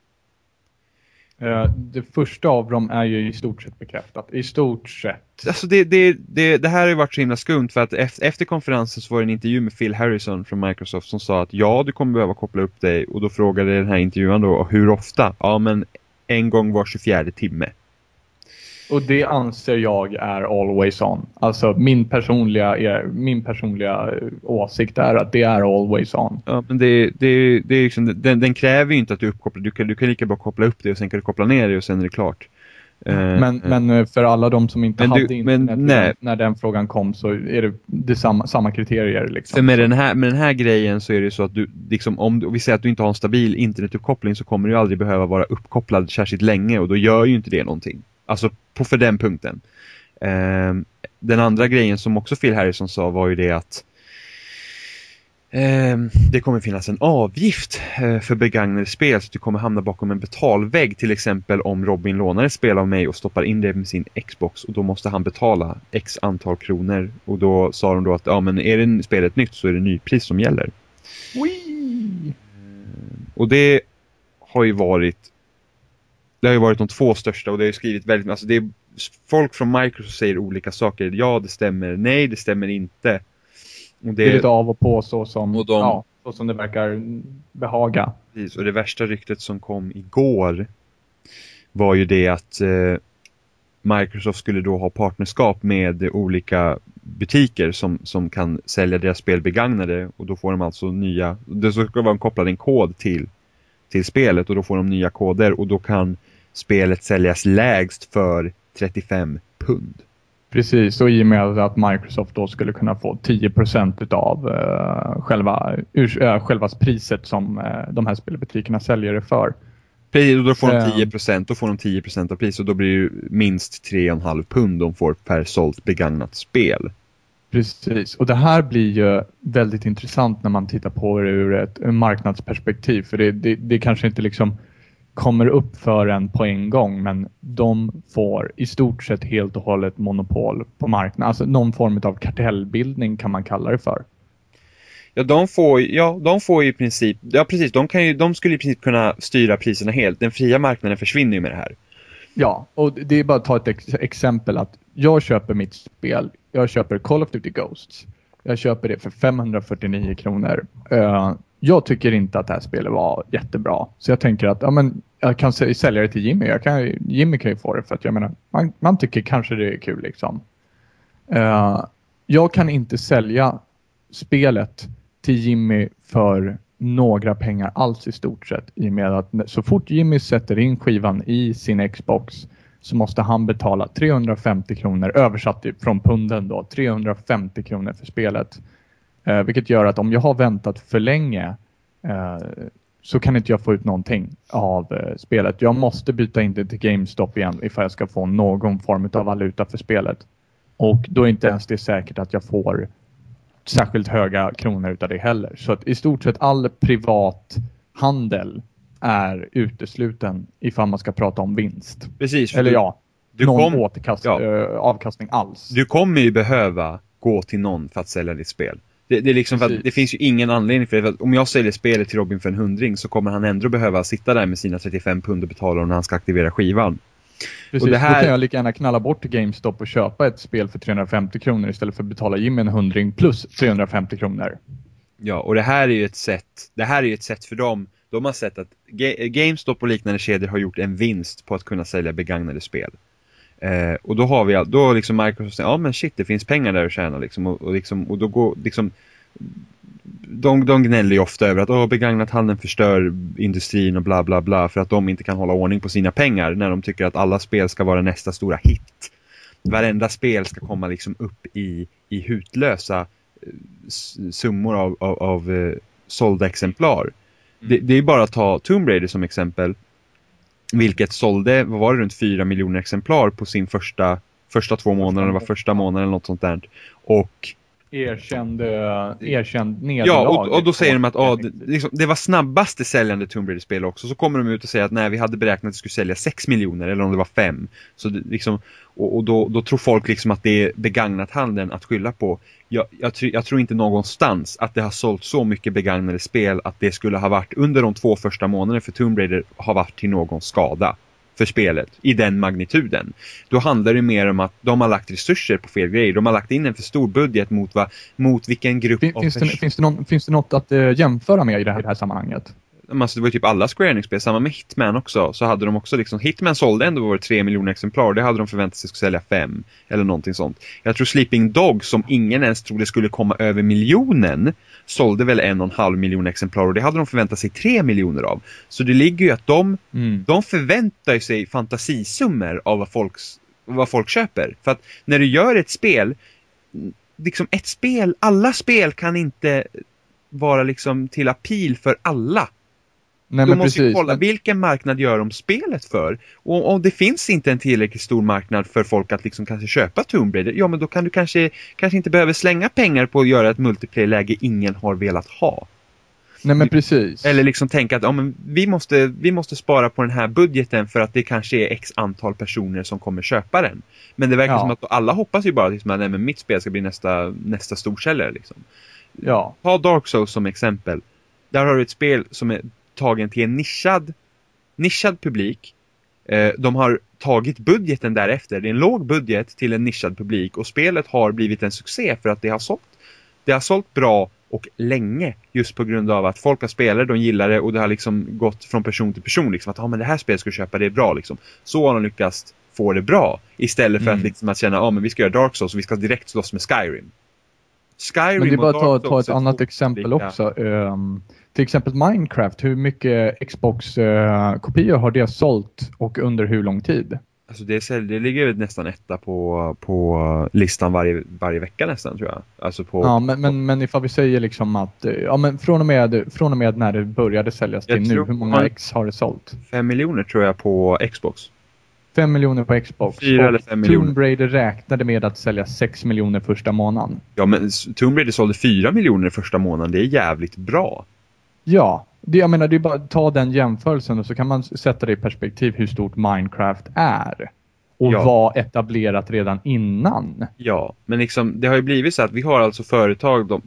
Det första av dem är ju i stort sett bekräftat. I stort sett. Alltså det här har ju varit så himla skumt för att efter konferensen så var det en intervju med Phil Harrison från Microsoft som sa att ja, du kommer behöva koppla upp dig. Och då frågade den här intervjuan då hur ofta? Ja, men en gång var 24 timme. Och det anser jag är always on. Alltså min personliga åsikt är att det är always on. Ja, men det är liksom, den kräver ju inte att du uppkopplar. Du kan lika bra koppla upp det och sen kan du koppla ner det och sen är det klart. Men för alla de som inte hade internet när den frågan kom så är det samma kriterier liksom. För med den här grejen så är det så att du liksom, om vi säger att du inte har en stabil internetuppkoppling så kommer du aldrig behöva vara uppkopplad särskilt länge och då gör ju inte det någonting. Alltså för den punkten. Den andra grejen som också Phil Harrison sa var ju det att det kommer finnas en avgift för begagnade spel så att du kommer hamna bakom en betalvägg. Till exempel om Robin lånar ett spel av mig och stoppar in det med sin Xbox och då måste han betala x antal kronor. Och då sa de då att ja, men är det spelet nytt så är det nypris som gäller. Och det har ju varit de 2 största och det har ju skrivit väldigt, alltså det är folk från Microsoft säger olika saker. Ja, det stämmer. Nej, det stämmer inte. Och det är lite av och på så som det verkar behaga. Precis, och det värsta ryktet som kom igår var ju det att Microsoft skulle då ha partnerskap med olika butiker som kan sälja deras spel begagnade och då får de alltså det ska vara kopplad en kod till spelet och då får de nya koder och då kan spelet säljas lägst för 35 pund. Precis, och i och med att Microsoft då skulle kunna få 10% av själva priset som de här spelbutikerna säljer det för. Precis, och då får de 10% av priset och då blir det ju minst 3,5 pund de får per sålt begagnat spel. Precis, och det här blir ju väldigt intressant när man tittar på det ur ett marknadsperspektiv. För det kanske inte liksom kommer upp för en på en gång, men de får i stort sett helt och hållet monopol på marknaden. Alltså någon form av kartellbildning kan man kalla det för. Ja, de får i princip, ja precis, de skulle i princip kunna styra priserna helt. Den fria marknaden försvinner ju med det här. Ja, och det är bara att ta ett exempel att jag köper mitt spel. Jag köper Call of Duty Ghosts. Jag köper det för 549 kronor. Jag tycker inte att det här spelet var jättebra. Så jag tänker att jag kan sälja det till Jimmy. Jimmy kan ju få det för att jag menar, man tycker kanske det är kul liksom. Jag kan inte sälja spelet till Jimmy för några pengar alls i stort sett. I och med att så fort Jimmy sätter in skivan i sin Xbox så måste han betala 350 kronor översatt från punden då. 350 kronor för spelet. Vilket gör att om jag har väntat för länge så kan inte jag få ut någonting av spelet. Jag måste byta in det till GameStop igen ifall jag ska få någon form av valuta för spelet. Och då är inte ens det säkert att jag får särskilt höga kronor utav det heller. Så att i stort sett all privat handel är utesluten ifall man ska prata om vinst. Precis. Eller någon avkastning alls. Du kommer ju behöva gå till någon för att sälja ditt spel. Det är liksom för att det finns ju ingen anledning för det. För att om jag säljer spelet till Robin för 100 så kommer han ändå behöva sitta där med sina 35 pund och betala när han ska aktivera skivan. Precis, och det här... då kan jag lika gärna knalla bort till GameStop och köpa ett spel för 350 kronor istället för att betala Jimmy en 100 plus 350 kronor. Ja, och det här är ju ett sätt för dem. De har sett att GameStop och liknande kedjor har gjort en vinst på att kunna sälja begagnade spel. Och då har vi då liksom Microsoft säger, ja men shit, det finns pengar där att tjäna liksom, och då går liksom de gnäller ju ofta över att begagnat handeln förstör industrin och bla bla bla för att de inte kan hålla ordning på sina pengar när de tycker att alla spel ska vara nästa stora hit. Varenda spel ska komma liksom upp i hutlösa summor av sålda exemplar. Det är bara att ta Tomb Raider som exempel, vilket sålde, vad var det, runt 4 miljoner exemplar på sin första 2 månader, var första månaden eller något sånt där. Och erkänd nederlag. Ja, och då säger de att det var snabbaste säljande Tomb Raider-spel också. Så kommer de ut och säger att nej, vi hade beräknat att det skulle sälja 6 miljoner eller om det var 5. Så det, liksom, och då tror folk liksom att det är begagnat handeln att skylla på. Jag tror inte någonstans att det har sålt så mycket begagnade spel att det skulle ha varit under de 2 första månaderna för Tomb Raider har varit till någon skada för spelet i den magnituden. Då handlar det mer om att de har lagt resurser på fel grejer. De har lagt in en för stor budget mot vilken grupp finns det något att jämföra med i det här sammanhanget? Alltså det var ju typ alla Square Enix-spel, samma med Hitman också. Så hade de också liksom, Hitman sålde ändå var 3 miljoner exemplar. Det hade de förväntat sig skulle sälja 5 eller någonting sånt. Jag tror Sleeping Dogs, som ingen ens trodde skulle komma över miljonen, sålde väl 1,5 miljoner exemplar och det hade de förväntat sig 3 miljoner av. Så det ligger ju att de förväntar sig fantasisummor av vad folk köper. För att när du gör ett spel, liksom alla spel kan inte vara liksom till appeal för alla. Nej, du måste ju kolla vilken marknad gör de spelet för. Och om det finns inte en tillräckligt stor marknad för folk att liksom kanske köpa Tomb Raider, ja men då kan du kanske inte behöver slänga pengar på att göra ett multiplayer-läge ingen har velat ha. Nej men precis. Eller liksom tänka att men vi måste spara på den här budgeten för att det kanske är x antal personer som kommer köpa den. Men det verkar som att alla hoppas ju bara liksom, att nej, men mitt spel ska bli nästa storsäljare liksom. Ja. Ta Dark Souls som exempel. Där har du ett spel som är tagen till en nischad publik. De har tagit budgeten därefter. Det är en låg budget till en nischad publik och spelet har blivit en succé för att det har sålt bra och länge just på grund av att folk har spelat, de gillar det och det har liksom gått från person till person liksom att men det här spelet ska köpa, det är bra liksom. Så har de lyckats få det bra istället för att liksom att känna men vi ska göra Dark Souls och vi ska direkt slåss med Skyrim. Men det är bara att ta ett annat exempel också. Till exempel Minecraft, hur mycket Xbox-kopior har det sålt och under hur lång tid? Alltså det ligger nästan etta på listan varje vecka nästan, tror jag. Alltså men ifall vi säger liksom att men från och med när det började säljas till nu, hur många X har det sålt? 5 miljoner tror jag på Xbox. 5 miljoner på Xbox. 4 eller 5 miljoner. Tomb Raider räknade med att sälja 6 miljoner första månaden. Ja, men Tomb Raider sålde 4 miljoner första månaden. Det är jävligt bra. Ja, jag menar det är bara att ta den jämförelsen och så kan man sätta det i perspektiv hur stort Minecraft är. Och var etablerat redan innan. Ja, men liksom, det har ju blivit så att vi har alltså företag,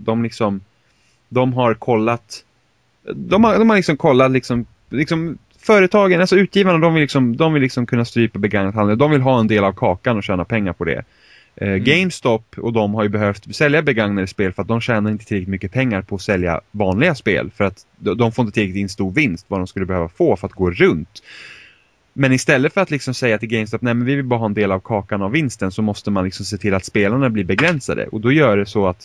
de har kollat, de har liksom kollat liksom företagen, alltså utgivarna, de vill liksom kunna strypa begagnat handel. De vill ha en del av kakan och tjäna pengar på det. GameStop och de har ju behövt sälja begagnade spel för att de tjänar inte tillräckligt mycket pengar på att sälja vanliga spel. För att de får inte tillräckligt in stor vinst vad de skulle behöva få för att gå runt. Men istället för att liksom säga till GameStop, nej men vi vill bara ha en del av kakan av vinsten, så måste man liksom se till att spelarna blir begränsade. Och då gör det så att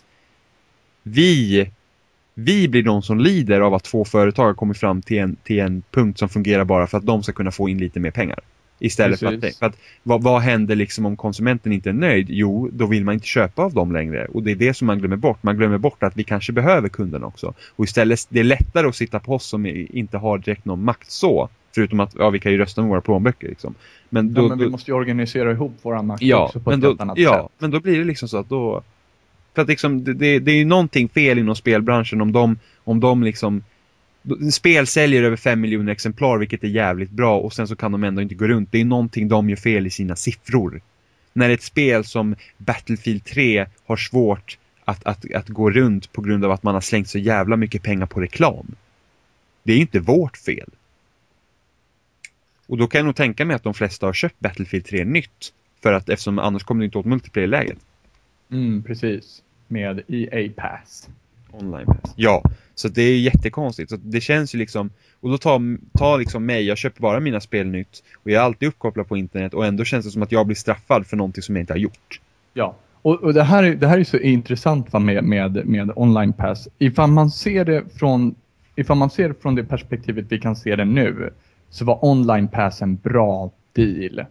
vi blir de som lider av att 2 företag har kommit fram till en punkt som fungerar bara för att de ska kunna få in lite mer pengar. Istället för att vad händer liksom om konsumenten inte är nöjd? Jo, då vill man inte köpa av dem längre. Och det är det som man glömmer bort. Man glömmer bort att vi kanske behöver kunden också. Och istället, det är lättare att sitta på oss som inte har direkt någon makt så. Förutom att vi kan ju rösta med våra plånböcker liksom. Men vi måste ju organisera ihop våra makt också på ett helt annat sätt. Men då blir det liksom så att då... För att liksom, det är ju någonting fel inom spelbranschen om de liksom... Spel säljer över 5 miljoner exemplar, vilket är jävligt bra, och sen så kan de ändå inte gå runt. Det är någonting de gör fel i sina siffror. När ett spel som Battlefield 3 har svårt att gå runt på grund av att man har slängt så jävla mycket pengar på reklam. Det är inte vårt fel. Och då kan jag nog tänka mig att de flesta har köpt Battlefield 3 nytt. För att eftersom annars kommer det inte åt multiplayer-läget. Precis. Med EA Pass. Online Pass. Ja, så det är jättekonstigt. Så det känns ju liksom... Och då tar liksom mig, jag köper bara mina spel nytt. Och jag är alltid uppkopplad på internet. Och ändå känns det som att jag blir straffad för någonting som jag inte har gjort. Ja, och det här är så intressant med Online Pass. Ifall man ser det från det perspektivet vi kan se det nu, så var Online Pass en bra deal.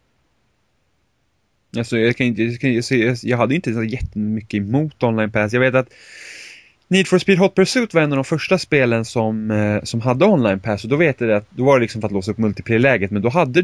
Alltså, jag hade inte så jättemycket emot Online Pass. Jag vet att Need for Speed Hot Pursuit var en av de första spelen som hade Online Pass. Och då vet jag att då var det liksom för att låsa upp multiplayer-läget. Men då hade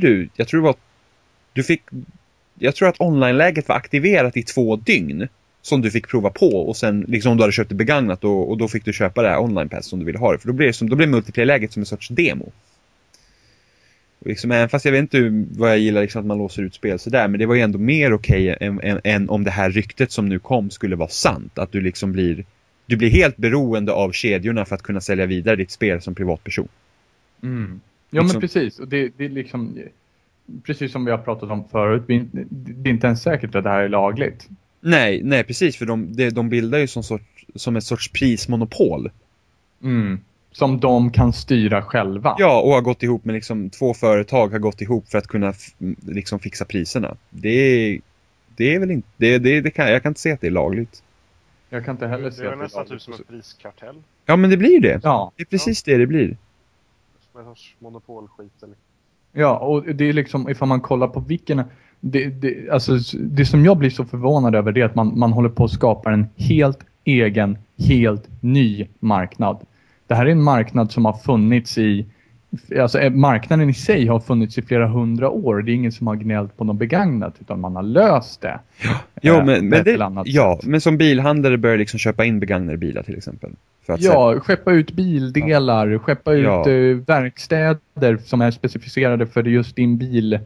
jag tror att online-läget var aktiverat i 2 dygn. Som du fick prova på. Och sen liksom du hade köpt det begagnat. Och då fick du köpa det här Online Pass som du ville ha det. För då blev multiplayer-läget som en sorts demo. Liksom, även fast jag vet inte vad jag gillar liksom, att man låser ut spel sådär, men det var ju ändå mer okej än om det här ryktet som nu kom skulle vara sant. Att du liksom blir helt beroende av kedjorna för att kunna sälja vidare ditt spel som privatperson. Ja, liksom, men precis. Och det är liksom, precis som vi har pratat om förut, det är inte ens säkert att det här är lagligt. Nej, precis, för de bildar ju som ett sorts prismonopol. Som de kan styra själva. Ja, och har gått ihop med liksom 2 företag har gått ihop för att kunna liksom fixa priserna. Det är väl inte jag kan inte se att det är lagligt. Jag kan inte heller se det är att det är nästan lagligt. typ som en priskartell. Ja, men det blir det. Ja. Det är precis det blir. Som en sorts monopolskit eller. Ja, och det är liksom, ifall man kollar på vilken... Alltså, det som jag blir så förvånad över det är att man håller på att skapa en helt egen, helt ny marknad. Det här är en marknad som har funnits alltså marknaden i sig har funnits i flera 100 år. Det är ingen som har gnällt på något begagnat, utan man har löst det. Men som bilhandlare börjar liksom köpa in begagnade bilar till exempel. För att skeppa ut bildelar, skeppa ut verkstäder som är specificerade för just din bil.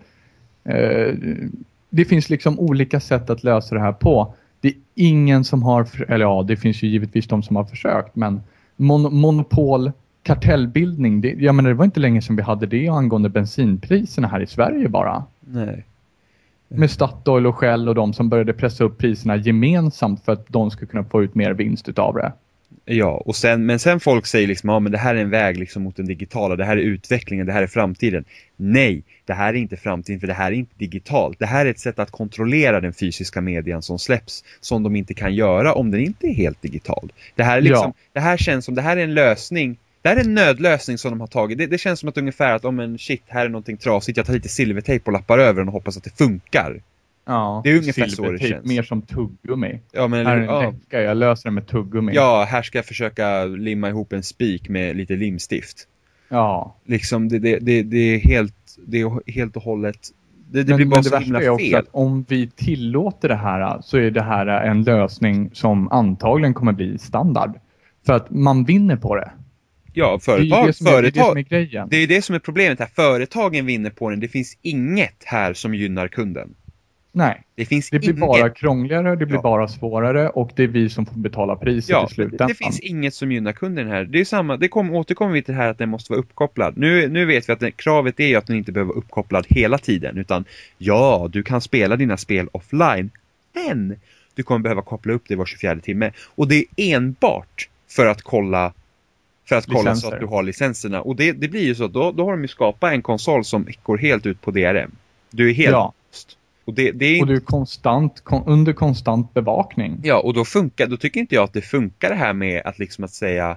Det finns liksom olika sätt att lösa det här på. Det är ingen som har, det finns ju givetvis de som har försökt, men monopol, kartellbildning, det var inte länge sedan vi hade det angående bensinpriserna här i Sverige bara. Nej. Med Statoil och Shell och de som började pressa upp priserna gemensamt för att de skulle kunna få ut mer vinst utav det. Ja, men sen folk säger liksom, men det här är en väg liksom mot den digitala, det här är utvecklingen, det här är framtiden. Nej, det här är inte framtiden, för det här är inte digitalt. Det här är ett sätt att kontrollera den fysiska median som släpps, som de inte kan göra om den inte är helt digital. Det här är liksom, det här känns som, det här är en lösning. Det här är en nödlösning som de har tagit. Det känns som att ungefär att här är någonting trasigt, jag tar lite silvertejp och lappar över den och hoppas att det funkar. Ja, det är ungefär så det känns. Mer som tuggummi. Ja, men här är en läcka, jag löser det med tuggummi. Ja, här ska jag försöka limma ihop en spik med lite limstift. Ja. Liksom, det är helt och hållet... Det blir bara så himla fel. Också att om vi tillåter det här, så är det här en lösning som antagligen kommer bli standard. För att man vinner på det. Ja, det är det som är grejen. Det är det som är problemet här. Företagen vinner på den. Det finns inget här som gynnar kunden. Nej, det blir bara krångligare, det blir bara svårare, och det är vi som får betala priset i slutändan. Det finns inget som gynnar kunden här. Det är samma, återkommer vi till det här att den måste vara uppkopplad. Nu vet vi att kravet är att den inte behöver vara uppkopplad hela tiden, utan du kan spela dina spel offline, men du kommer behöva koppla upp det var 24 timme. Och det är enbart för att kolla så att du har licenserna. Och det blir ju så att då har de ju skapat en konsol som går helt ut på DRM. Du är helt och du är under konstant bevakning. Ja, och då tycker inte jag att det funkar det här med att liksom att säga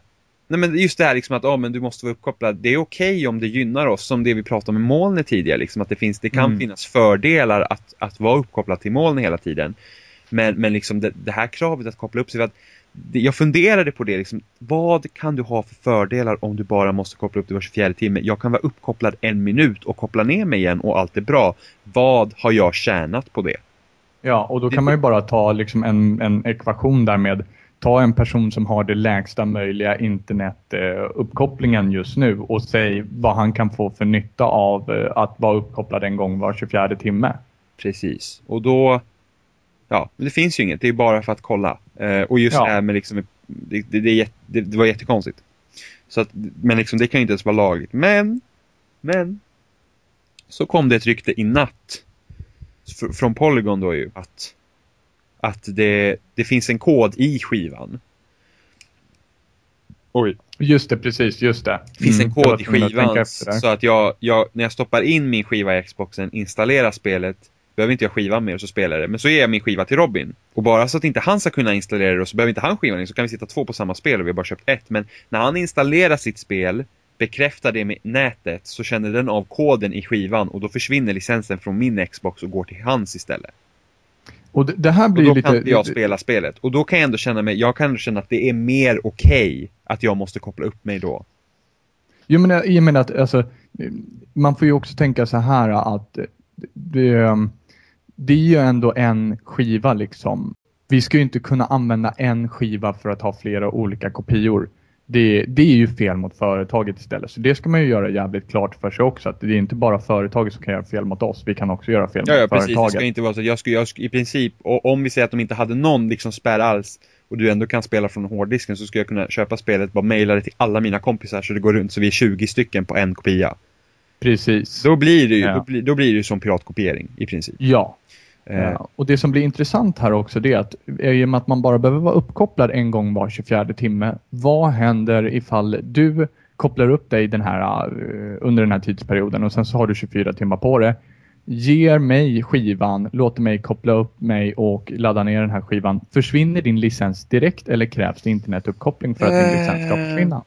Nej, men just det här liksom att men du måste vara uppkopplad. Det är okej om det gynnar oss, som det vi pratade om med molnet tidigare. Liksom, att det kan finnas fördelar att vara uppkopplad till molnet hela tiden. Men liksom det här kravet att koppla upp sig. För att jag funderade på det. Liksom, vad kan du ha för fördelar om du bara måste koppla upp dig var 24 timme? Jag kan vara uppkopplad 1 minut och koppla ner mig igen och allt är bra. Vad har jag tjänat på det? Ja, och då kan man ju bara ta liksom en ekvation där med ta en person som har det lägsta möjliga internetuppkopplingen just nu och säg vad han kan få för nytta av att vara uppkopplad en gång var 24 timme. Precis. Och då, ja, men det finns ju inget. Det är bara för att kolla. Och just det här med liksom, det var jättekonstigt. Så att, men liksom, det kan ju inte ens vara lagligt. Men så kom det ett rykte i natt från Polygon då ju att det finns en kod i skivan. Oj. Just det, precis, just det. Det finns en kod i skivan så att jag när jag stoppar in min skiva i Xboxen, installerar spelet, behöver inte jag skivan med och så spelar det. Men så ger jag min skiva till Robin. Och bara så att inte han ska kunna installera det och så behöver inte han skivan, så kan vi sitta 2 på samma spel och vi har bara köpt ett. Men när han installerar sitt spel, bekräftar det med nätet, så känner den av koden i skivan och då försvinner licensen från min Xbox och går till hans istället. Och det här blir och då lite... kan inte jag spela spelet. Och då kan jag ändå känna att det är mer okej att jag måste koppla upp mig då. Jo, men jag menar att alltså, man får ju också tänka så här att det är ju ändå en skiva liksom. Vi ska ju inte kunna använda en skiva för att ha flera olika kopior. Det är ju fel mot företaget istället. Så det ska man ju göra jävligt klart för sig också. Att det är inte bara företaget som kan göra fel mot oss. Vi kan också göra fel mot precis. företaget. Det ska inte vara så. Jag skulle i princip, och om vi säger att de inte hade någon liksom spärr alls och du ändå kan spela från hårddisken, så ska jag kunna köpa spelet, bara mejla det till alla mina kompisar så det går runt så vi är 20 stycken på en kopia. Precis. Då blir det ju då blir det ju som piratkopiering i princip. Ja. Och det som blir intressant här också, det är att i och med att man bara behöver vara uppkopplad en gång var 24 timme. Vad händer ifall du kopplar upp dig under den här tidsperioden och sen så har du 24 timmar på det? Ger mig skivan, låter mig koppla upp mig och ladda ner den här skivan. Försvinner din licens direkt eller krävs det internetuppkoppling för att din licens ska försvinna?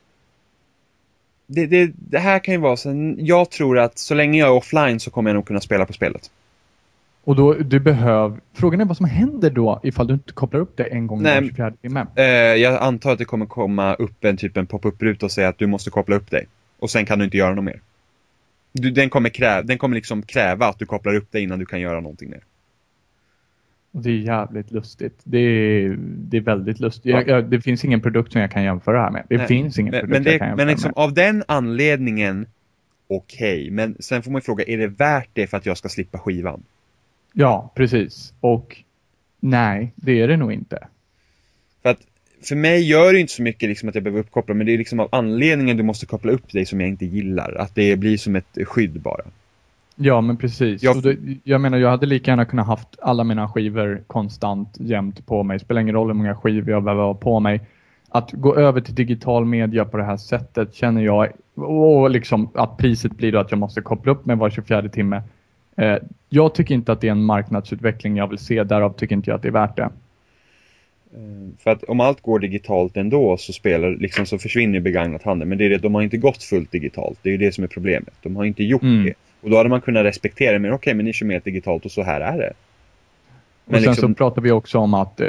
Det här kan ju vara så. Jag tror att så länge jag är offline så kommer jag nog kunna spela på spelet. Och då frågan är vad som händer då ifall du inte kopplar upp det en gång var 24 timme. Jag antar att det kommer komma upp en pop-up-ruta och säga att du måste koppla upp dig. Och sen kan du inte göra något mer. Den kommer liksom kräva att du kopplar upp dig innan du kan göra någonting mer. Och det är jävligt lustigt. Det är väldigt lustigt. Det finns ingen produkt som jag kan jämföra det här med. Det finns ingen produkt jag kan jämföra men liksom, med. av den anledningen okej. Men sen får man ju fråga, är det värt det för att jag ska slippa skivan? Ja, precis. Och nej, det är det nog inte. För mig gör det inte så mycket liksom att jag behöver uppkoppla, men det är liksom av anledningen du måste koppla upp dig som jag inte gillar. Att det blir som ett skydd bara. Ja, men precis. Jag menar, jag hade lika gärna kunnat haft alla mina skivor konstant jämt på mig. Spelar ingen roll hur många skivor jag behöver ha på mig. Att gå över till digital media på det här sättet känner jag, och liksom att priset blir då att jag måste koppla upp mig var 24 timme. Jag tycker inte att det är en marknadsutveckling jag vill se. Därav tycker inte jag att det är värt det. För att om allt går digitalt ändå så försvinner begagnat handel. Men det är det, de har inte gått fullt digitalt. Det är ju det som är problemet. De har inte gjort det. Och då hade man kunnat respektera det. Men okej, men ni kör mer digitalt och så här är det. Men och sen så pratar vi också om att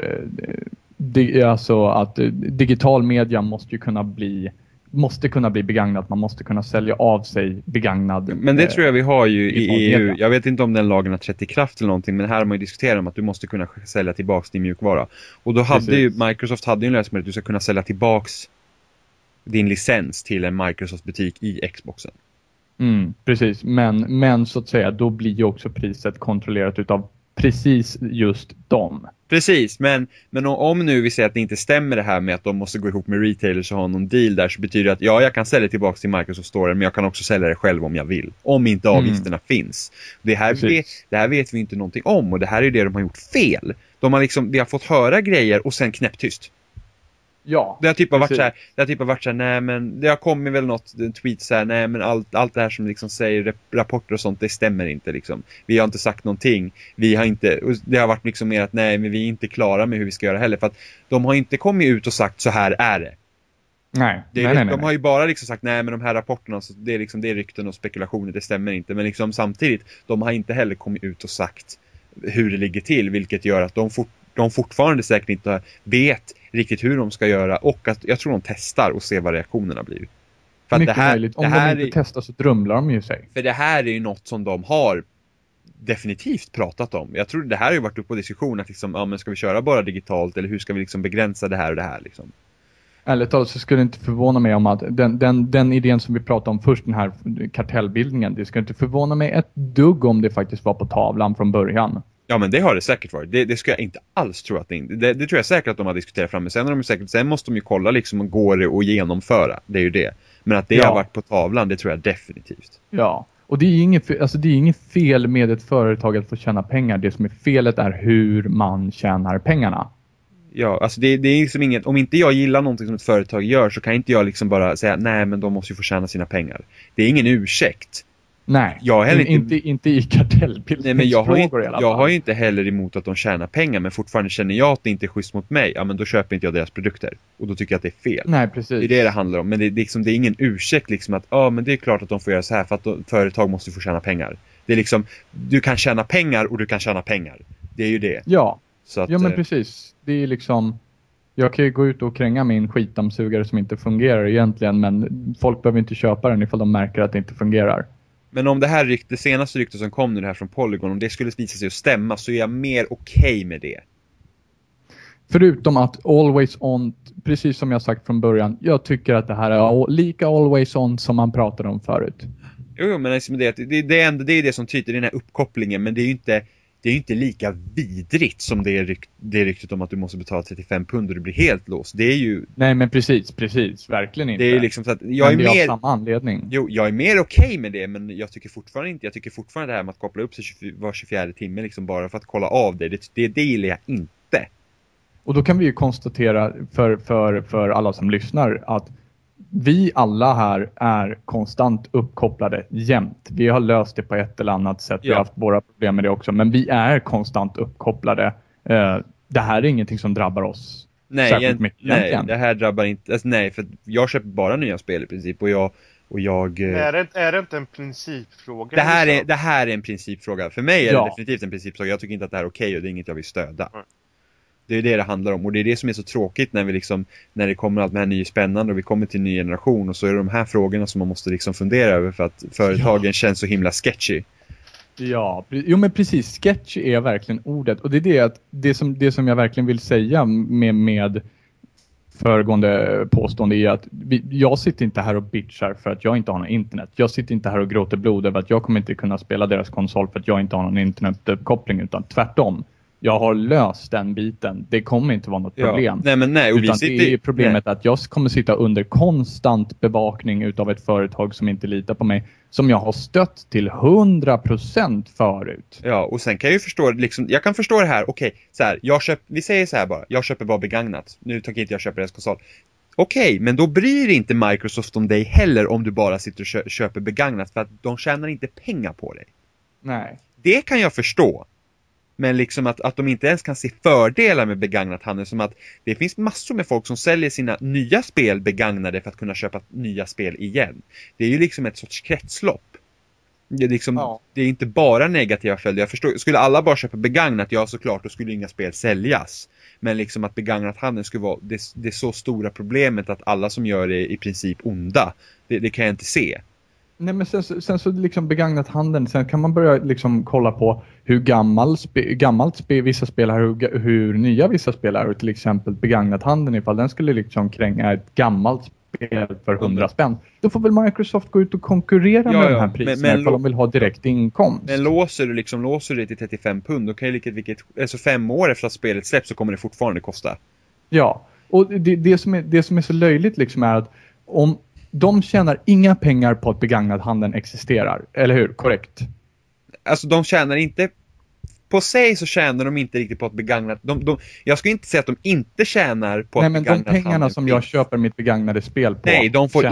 digital media måste kunna bli begagnat. Man måste kunna sälja av sig begagnad. Men det tror jag vi har ju i EU. Jag vet inte om den lagen har trätt i kraft eller någonting. Men här har man ju diskuterat om att du måste kunna sälja tillbaks din mjukvara. Och då hade ju Microsoft en lösning att du ska kunna sälja tillbaks din licens till en Microsoft-butik i Xboxen. Precis, men så att säga, då blir ju också priset kontrollerat utav precis just dem. Precis, men om nu vi säger att det inte stämmer det här med att de måste gå ihop med retailers och ha någon deal där, så betyder det att jag kan sälja tillbaka till Microsoft Store, men jag kan också sälja det själv om jag vill. Om inte avgifterna finns. Det här vet vi inte någonting om, och det här är det de har gjort fel. Vi har fått höra grejer och sen knäpptyst. Ja. Det har typ varit så här, nej men det har kommit väl en tweet så här, nej men allt det här som liksom säger rapporter och sånt, det stämmer inte liksom. Vi har inte sagt någonting. Det har varit liksom mer att nej, men vi är inte klara med hur vi ska göra heller, för att de har inte kommit ut och sagt så här är det. Nej. De har ju bara liksom sagt nej, men de här rapporterna, så det är rykten och spekulationer, det stämmer inte. Men liksom samtidigt, de har inte heller kommit ut och sagt hur det ligger till, vilket gör att de fortfarande säkert inte vet riktigt hur de ska göra, och att jag tror de testar och ser vad reaktionerna blir. För mycket möjligt. Om de inte testar så drumlar de ju sig. För det här är ju något som de har definitivt pratat om. Jag tror det här har ju varit uppe på diskussion att liksom, men ska vi köra bara digitalt, eller hur ska vi liksom begränsa det här och det här liksom. Ärligt talat så skulle det inte förvåna mig om att den idén som vi pratade om först, den här kartellbildningen, det skulle inte förvåna mig ett dugg om det faktiskt var på tavlan från början. Ja, men det har det säkert varit. Det ska jag inte alls tro att det tror jag säkert att de har diskuterat fram. Men sen måste de ju kolla liksom, och går det att genomföra. Det är ju det. Men att det har varit på tavlan, det tror jag definitivt. Ja, och det är inget fel med ett företag att få tjäna pengar. Det som är felet är hur man tjänar pengarna. Ja, alltså det är liksom inget, om inte jag gillar någonting som ett företag gör, så kan inte jag liksom bara säga nej, men de måste ju få tjäna sina pengar. Det är ingen ursäkt. Nej, inte i kartellbildningsfrågor. Nej, men jag har ju inte heller emot att de tjänar pengar, men fortfarande känner jag att det inte är schysst mot mig, ja, men då köper inte jag deras produkter. Och då tycker jag att det är fel. Nej, precis. Det är det handlar om. Men det är ingen ursäkt liksom att men det är klart att de får göra så här för att företag måste få tjäna pengar. Det är liksom, du kan tjäna pengar och du kan tjäna pengar. Det är ju det. Ja, så att, men precis. Det är liksom, jag kan ju gå ut och kränga min skitdammsugare som inte fungerar egentligen, men folk behöver inte köpa den ifall de märker att det inte fungerar. Men om det senaste ryktet som kom nu, det här från Polygon, om det skulle visa sig att stämma, så är jag mer okej med det. Förutom att Always On, precis som jag sagt från början, jag tycker att det här är lika Always On som man pratade om förut. Jo, men det är det som tyder den här uppkopplingen, men det är ju inte lika vidrigt som det ryktet om att du måste betala 35 pund och du blir helt låst. Det är ju... Nej, men precis, verkligen inte. Det är liksom så att jag är mer... av samma anledning. Jo, jag är mer okej med det, men jag tycker fortfarande det här med att koppla upp sig var 24 timme liksom bara för att kolla av det gillar jag inte. Och då kan vi ju konstatera för alla som lyssnar att vi alla här är konstant uppkopplade jämt. Vi har löst det på ett eller annat sätt. Vi har haft våra problem med det också. Men vi är konstant uppkopplade. Det här är ingenting som drabbar oss särskilt mycket. Nej, det här drabbar inte... Alltså, nej, för jag köper bara nya spel i princip. Och jag... Är det inte en principfråga? Det här är en principfråga. För mig är det definitivt en principfråga. Jag tycker inte att det här är okej och det är inget jag vill stödja. Det är det handlar om, och det är det som är så tråkigt när det kommer allt med här nya spännande och vi kommer till en ny generation, och så är det de här frågorna som man måste liksom fundera över för att företagen känns så himla sketchy. Ja, men precis, sketchy är verkligen ordet, och det är det som jag verkligen vill säga med föregående påstående är att jag sitter inte här och bitchar för att jag inte har någon internet. Jag sitter inte här och gråter blod över att jag kommer inte kunna spela deras konsol för att jag inte har någon internetuppkoppling, utan tvärtom. Jag har löst den biten. Det kommer inte vara något problem. Nej, utan det är problemet att jag kommer sitta under konstant bevakning utav ett företag som inte litar på mig. Som jag har stött till 100% förut. Ja, och sen kan jag ju förstå, liksom, jag kan förstå det här. Okej, så här, vi säger så här bara. Jag köper bara begagnat. Nu tänker inte jag köpa deras konsol. Okej, men då bryr inte Microsoft om dig heller om du bara sitter och köper begagnat. För att de tjänar inte pengar på dig. Nej. Det kan jag förstå. Men liksom att de inte ens kan se fördelar med begagnat handel, som att det finns massor med folk som säljer sina nya spel begagnade för att kunna köpa nya spel igen. Det är ju liksom ett sorts kretslopp. Det är, liksom, det är inte bara negativa följder. Jag förstår, skulle alla bara köpa begagnat, ja såklart, då skulle inga spel säljas. Men liksom att begagnat handel skulle vara det så stora problemet att alla som gör det är i princip onda. Det kan jag inte se. Nej, men sen så liksom begagnat handeln, sen kan man börja liksom kolla på hur gammalt vissa spel är, hur nya vissa spel är, och till exempel begagnat handeln, ifall den skulle liksom kränga ett gammalt spel för 100 spänn, då får väl Microsoft gå ut och konkurrera med de här priserna ifall de vill ha direkt inkomst. Men låser du det till 35 pund, då kan ju alltså 5 år efter att spelet släpps så kommer det fortfarande kosta. Ja, och det som är så löjligt liksom är att om de tjänar inga pengar på att begagnathandeln existerar, eller hur? Korrekt. Alltså de tjänar inte på sig, så tjänar de inte riktigt på att begagnat. Jag skulle inte säga att de inte tjänar på att begagnat. Nej, men de pengarna som jag köper mitt begagnade spel på. Nej,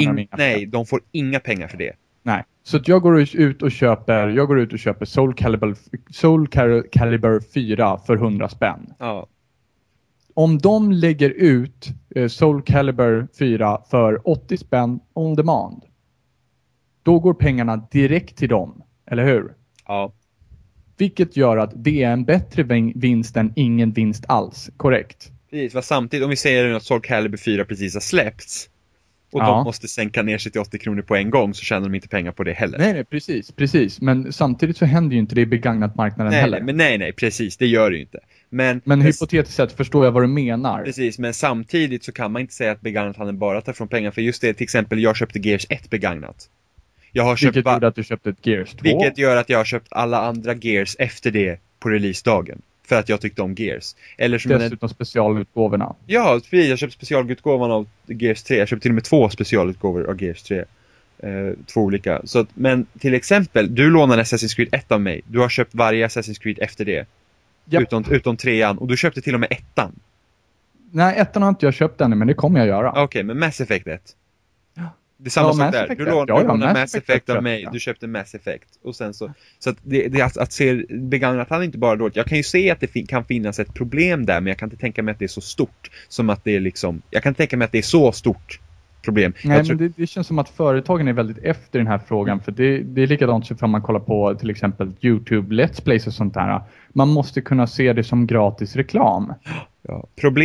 de får inga pengar för det. Nej, så att jag går ut och köper Soul Calibur 4 för 100 spänn. Ja. om de lägger ut Soul Calibur 4 för 80 spänn on demand, då går pengarna direkt till dem, eller hur? Ja. Vilket gör att det är en bättre vinst än ingen vinst alls, korrekt? Precis, för samtidigt om vi säger att Soul Calibur 4 precis har släppts och de måste sänka ner sig till 80 kronor på en gång, så tjänar de inte pengar på det heller. Nej, precis. Men samtidigt så händer ju inte det i begagnat marknaden heller. Nej, precis, det gör det ju inte. Men hypotetiskt sett förstår jag vad du menar. Precis, men samtidigt så kan man inte säga att begagnathandeln bara tar från pengar. För just det, till exempel, jag köpte Gears 1 begagnat. Vilket gjorde att du köpte ett Gears 2. Vilket gör att jag har köpt alla andra Gears efter det på releasedagen. För att jag tyckte om Gears. Eller som dessutom specialutgåvorna. Ja, precis. Jag köpte specialutgåvan av Gears 3. Jag köpte till och med 2 specialutgåvor av Gears 3. 2 olika. Så att, men till exempel, du lånade Assassin's Creed 1 av mig. Du har köpt varje Assassin's Creed efter det. Yep. Utom 3an. Och du köpte till och med 1an. Nej, 1an har inte jag köpt ännu, men det kommer jag göra. Okej, men Mass Effect 1. Det är samma sak där. Du lånade Mass Effect av mig. Du köpte Mass Effect. Och sen så att det att se begagnat han inte bara dåligt. Jag kan ju se att det kan finnas ett problem där, men jag kan inte tänka mig att det är så stort som att det är liksom, jag kan tänka mig att det är så stort problem. Nej, men det känns som att företagen är väldigt efter den här frågan, för det är likadant så om man kollar på till exempel YouTube Let's Plays och sånt där. Man måste kunna se det som gratis reklam. Ja,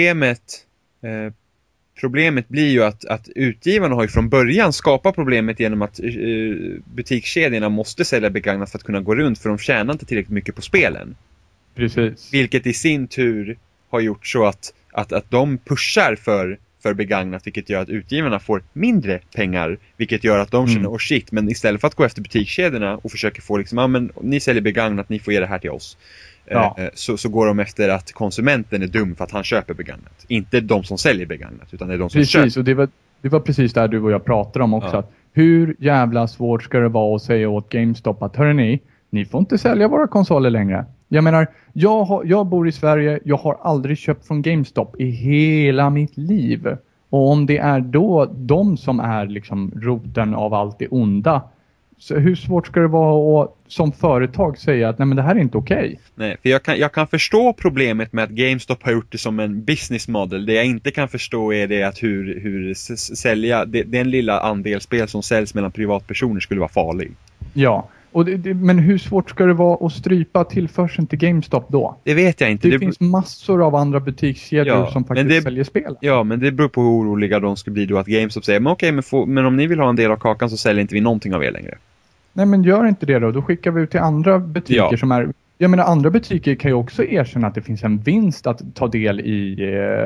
Problemet blir ju att utgivarna har ju från början skapat problemet genom att butikskedjorna måste sälja begagnat för att kunna gå runt, för de tjänar inte tillräckligt mycket på spelen. Precis. Vilket i sin tur har gjort så att de pushar för begagnat, vilket gör att utgivarna får mindre pengar, vilket gör att de känner shit, men istället för att gå efter butikskedjorna och försöka få liksom, men ni säljer begagnat, ni får ge det här till oss. Ja. Så går de efter att konsumenten är dum för att han köper begagnat. Inte de som säljer begagnat, utan det är de som köper. Precis, och det var precis där du och jag pratade om också. Ja. Att hur jävla svårt ska det vara att säga åt GameStop att hörni, ni får inte sälja våra konsoler längre. Jag menar, jag bor i Sverige, jag har aldrig köpt från GameStop i hela mitt liv. Och om det är då de som är liksom roten av allt det onda, så hur svårt ska det vara att som företag säga att nej, men det här är inte okej? Nej, för jag kan förstå problemet med att GameStop har gjort det som en business model. Det jag inte kan förstå är det att hur sälja den lilla andel spel som säljs mellan privatpersoner skulle vara farlig. Ja, och men hur svårt ska det vara att strypa tillförseln till GameStop då? Det vet jag inte. Det finns massor av andra butikskedjor som faktiskt säljer spel. Ja, men det beror på hur oroliga de ska bli då att GameStop säger, men okej, men om ni vill ha en del av kakan så säljer inte vi någonting av er längre. Nej, men gör inte det då. Då skickar vi ut till andra butiker som är... Jag menar, andra butiker kan ju också erkänna att det finns en vinst att ta del i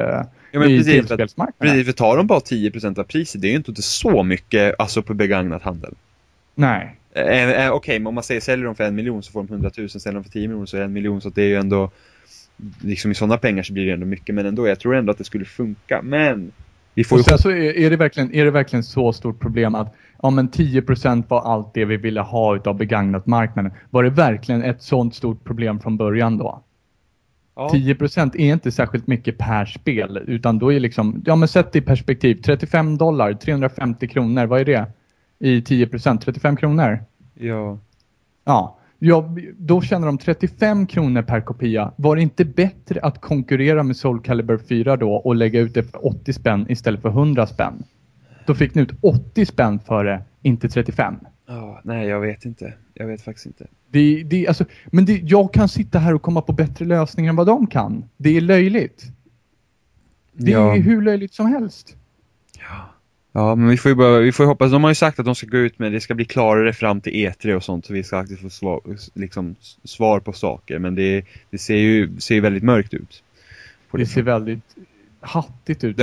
tv-spelsmarknaden. Precis, för tar de bara 10% av priset, det är ju inte så mycket alltså på begagnat handel. Nej. Okej, men om man säger säljer de för 1 miljon så får de 100 000, säljer de för 10 miljoner så är 1 miljon, så det är ju ändå liksom i sådana pengar så blir det ändå mycket, men ändå, jag tror ändå att det skulle funka, men vi får och sen så är det verkligen så stort problem att men 10% var allt det vi ville ha utav begagnat marknaden. Var det verkligen ett sånt stort problem från början då? Ja. 10% är inte särskilt mycket per spel, utan då är liksom, men sätt i perspektiv, $35, 350 kronor, vad är det? I 10%, 35 kronor? Ja, då tjänar de 35 kronor per kopia. Var det inte bättre att konkurrera med Soul Calibur 4 då och lägga ut det för 80 spänn istället för 100 spänn? Då fick ni ut 80 spänn för det, inte 35. Nej, jag vet inte. Jag vet faktiskt inte. Jag kan sitta här och komma på bättre lösningar än vad de kan. Det är löjligt. Det är hur löjligt som helst. Ja, men vi får ju hoppas. De har ju sagt att de ska gå ut med det ska bli klarare fram till E3 och sånt, så vi ska faktiskt få svar på saker, men det ser ju väldigt mörkt ut. Det ser väldigt hattigt ut.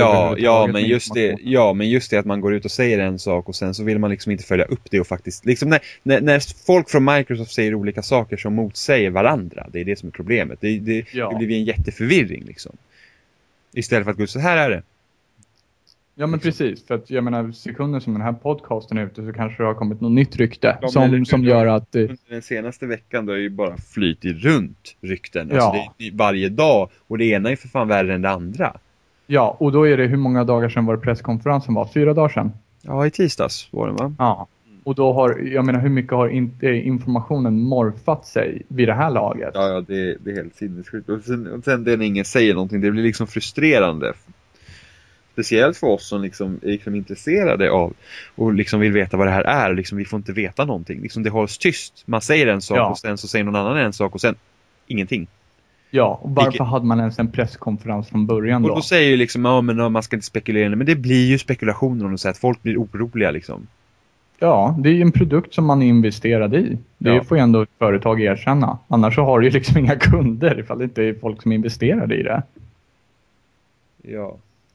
Men just det att man går ut och säger en sak och sen så vill man liksom inte följa upp det och faktiskt liksom när folk från Microsoft säger olika saker som motsäger varandra, det är det som är problemet. Det blir en jätteförvirring liksom. Istället för att gå så här är det. Ja, men precis, för att jag menar, sekunder som den här podcasten är ute så kanske det har kommit något nytt rykte som gör att... Den senaste veckan då är ju bara flytit runt rykten. Alltså det är varje dag, och det ena är för fan värre än det andra. Ja, och då är det hur många dagar sedan var det presskonferensen var? 4 dagar sedan? Ja, i tisdags var det, va? Ja, Och då har, jag menar, hur mycket har inte informationen morfat sig vid det här laget? Ja, det är helt sinnessjukt. Och sen det när ingen säger någonting, det blir liksom frustrerande. Speciellt för oss som liksom är liksom intresserade av och liksom vill veta vad det här är. Liksom, vi får inte veta någonting. Liksom, det hålls tyst. Man säger en sak och sen så säger någon annan en sak och sen ingenting. Ja, och varför hade man ens en presskonferens från början då? Och då säger ju liksom, ja men man ska inte spekulera. Men det blir ju spekulationer om det så att folk blir oroliga liksom. Ja, det är ju en produkt som man är investerad i. Det får ju ändå ett företag erkänna. Annars så har du ju liksom inga kunder ifall det inte är folk som investerar i det. Ja.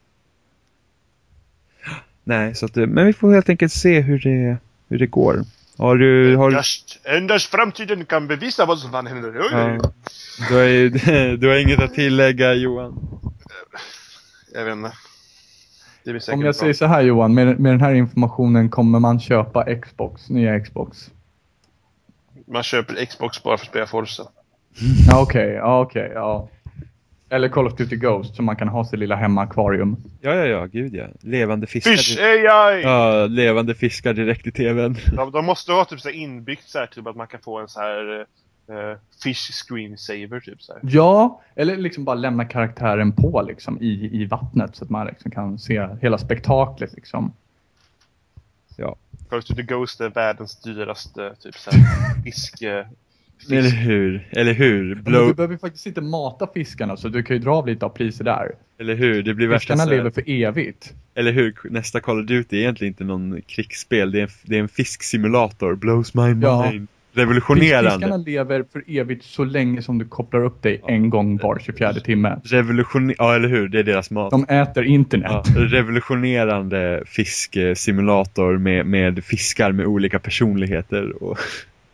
Nej, så att, men vi får helt enkelt se hur det går. Endast framtiden kan bevisa vad som händer. Ja. Du har inget att tillägga, Johan? Jag vet inte. Om jag säger så här, Johan, med den här informationen kommer man köpa nya Xbox. Man köper Xbox bara för att spela Forza. Okej. Eller Call of Duty Ghost, så man kan ha sitt lilla hemma-akvarium. Ja, gud ja. Levande fiskar. Fish AI! Ja, levande fiskar direkt i tvn. De måste ha typ så här inbyggt så här, typ att man kan få en så här fish screensaver typ så här. Ja, eller liksom bara lämna karaktären på liksom i vattnet så att man liksom kan se hela spektaklet liksom. Ja. Call of Duty Ghost är världens dyraste typ så här fisk. Eller hur? Du behöver faktiskt inte mata fiskarna, så du kan ju dra av lite av priser där. Eller hur? Det blir fiskarna lever för evigt. Eller hur? Nästa Call of Duty är egentligen inte någon krigsspel. Det är en fisksimulator. Blows my mind. Ja. Revolutionerande. Fiskarna lever för evigt så länge som du kopplar upp dig en gång var 24 timme. Ja, eller hur? Det är deras mat. De äter internet. Ja, revolutionerande fisksimulator med fiskar med olika personligheter och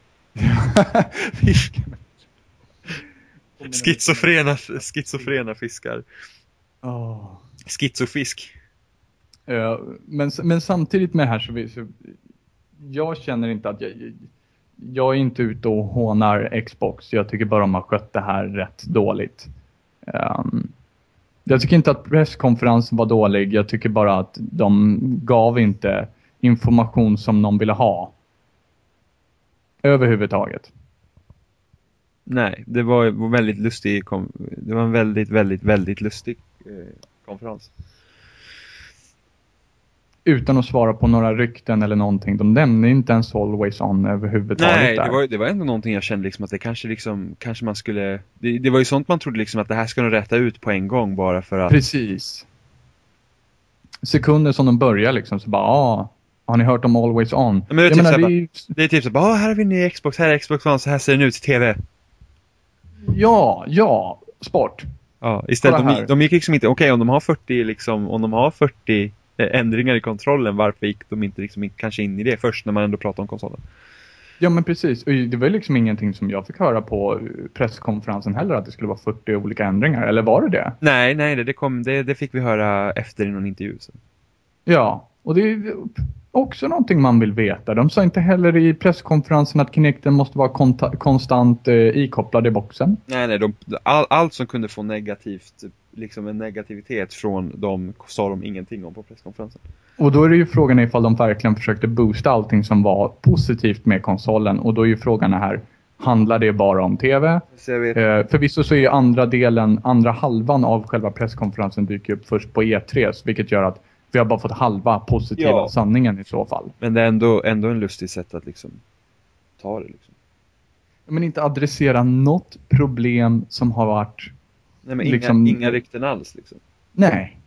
schizofrena fiskar. Schizofisk. Men samtidigt med det här så jag känner inte att jag är inte ute och hånar Xbox. Jag tycker bara de har skött det här rätt dåligt. Jag tycker inte att presskonferensen var dålig. Jag tycker bara att de gav inte information som någon ville ha. Överhuvudtaget. Nej, det var väldigt lustig. Det var en väldigt, väldigt, väldigt lustig konferens. Utan att svara på några rykten eller någonting. De nämnde inte ens Always On överhuvudtaget. Nej, det var ändå någonting jag kände liksom att det kanske man skulle... Det var ju sånt man trodde liksom att det här ska nog rätta ut på en gång bara för att... Precis. Sekunder som de börjar liksom så bara, har ni hört om Always On? Men det är typ så bara, här har vi en ny Xbox, här är Xbox One, så här ser den ut i tv. Ja, sport. Ja, istället de gick liksom inte, okej, om de har 40 ändringar i kontrollen, varför gick de inte liksom kanske in i det först när man ändå pratar om konsolen? Ja, men precis. Och det var liksom ingenting som jag fick höra på presskonferensen heller, att det skulle vara 40 olika ändringar, eller var det det? Nej, det fick vi höra efter i någon intervju. Så. Ja, och det är också någonting man vill veta. De sa inte heller i presskonferensen att Kinecten måste vara konstant ikopplad i boxen. Nej, allt som kunde få negativt, liksom en negativitet från dem, sa de ingenting om på presskonferensen. Och då är det ju frågan ifall de verkligen försökte boosta allting som var positivt med konsolen. Och då är ju frågan här, handlar det bara om tv? Förvisso så är ju andra halvan av själva presskonferensen dyker upp först på E3, vilket gör att vi har bara fått halva positiva sanningen i så fall. Men det är ändå en lustig sätt att liksom ta det liksom. Men inte adressera något problem som har varit... Nej, men liksom, inga rykten alls liksom. Nej.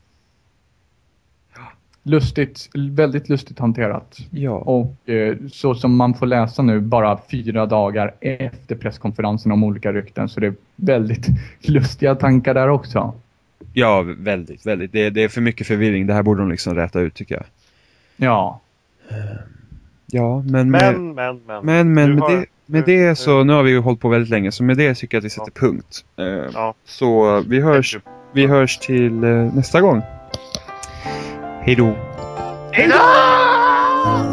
Väldigt lustigt hanterat. Ja. Och så som man får läsa nu bara 4 dagar efter presskonferensen om olika rykten, så det är väldigt lustiga tankar där också. Ja, väldigt, väldigt. Det är för mycket förvirring. Det här borde de liksom rätta ut, tycker jag. Ja. Ja, men med det så, nu har vi ju hållit på väldigt länge, så med det tycker jag att vi sätter punkt. Så vi hörs till nästa gång. Hej då! Hej då!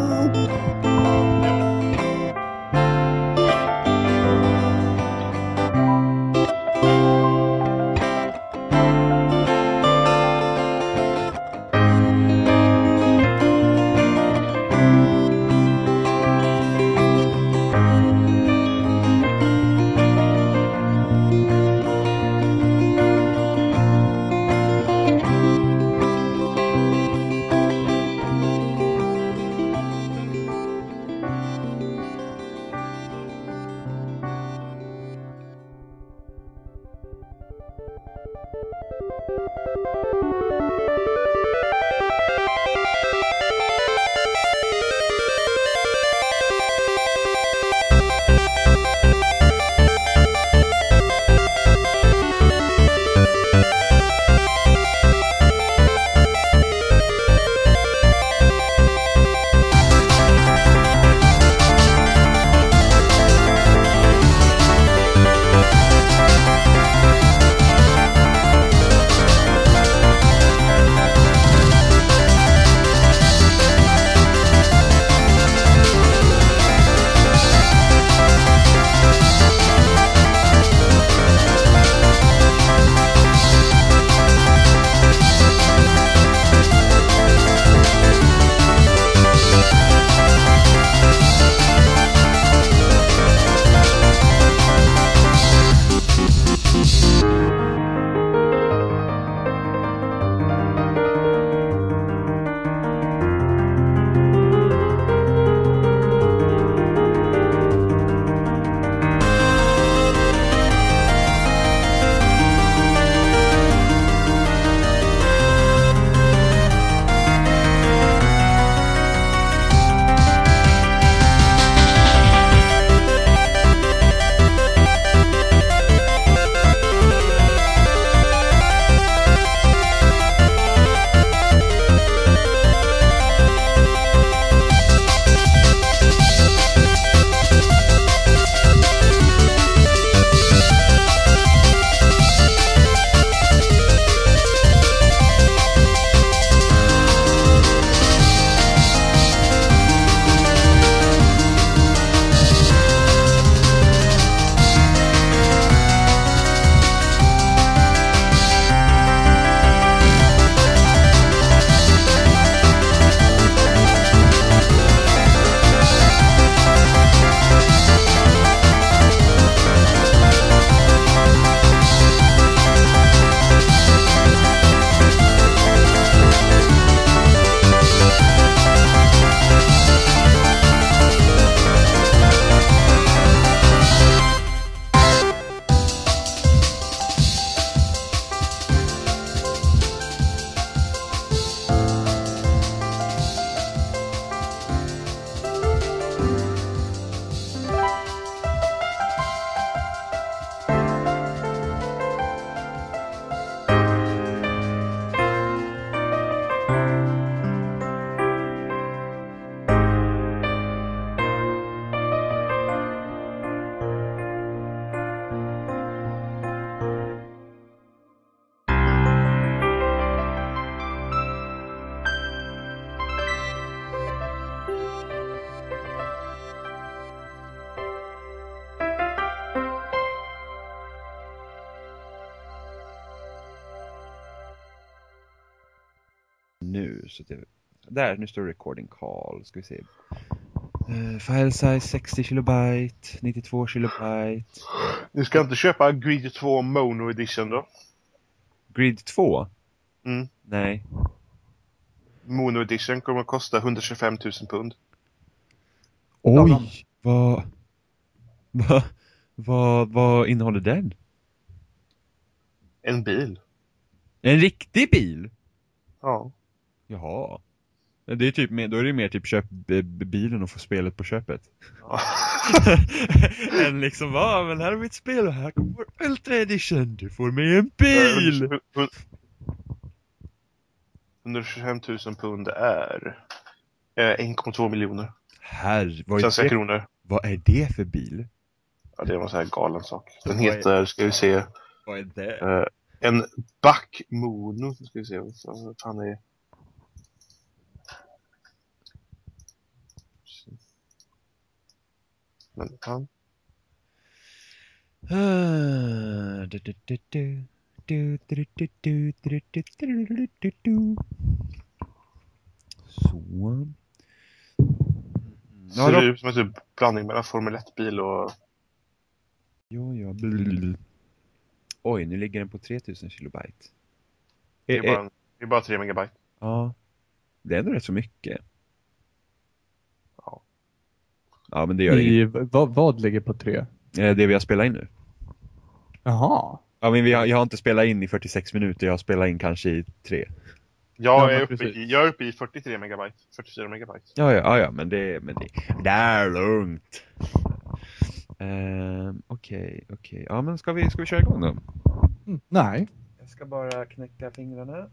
Så det, där, nu står recording call. Ska vi se. File size 60 kilobyte, 92 kilobyte. Du ska inte köpa Grid 2 Mono Edition då? Grid 2? Mm. Nej. Mono Edition kommer att kosta 125 000 pund. Oj, vad innehåller den? En bil. En riktig bil? Ja. Jaha. Det är typ då är det mer typ köp bilen och få spelet på köpet. Ja. Än liksom, men här har vi ett spel och här kommer vår Ultra Edition. Du får med en bil! 125 000 pund är 1,2 miljoner. Svenska kronor. Vad är det för bil? Ja, det är en sån här galen sak. Den heter, ska vi se. Vad är det? En Back Mono. Ska vi se vad fan är. Men fan. Så. Ser ut som en typ blandning mellan Formel 1-bil och... Ja. Oj, nu ligger den på 3000 kilobyte. Det är bara 3 megabyte. Ja. Det är ändå rätt så mycket. Ja, men det gör inget. Vad ligger på 3? Det vi har spelat in nu. Jaha. Ja, men jag har inte spelat in i 46 minuter. Jag har spelat in kanske i 3. Jag är uppe i 43 megabyte. 44 megabyte. Ja, men det är lugnt. Okej. Ja, men ska vi köra igång då? Nej. Jag ska bara knäcka fingrarna.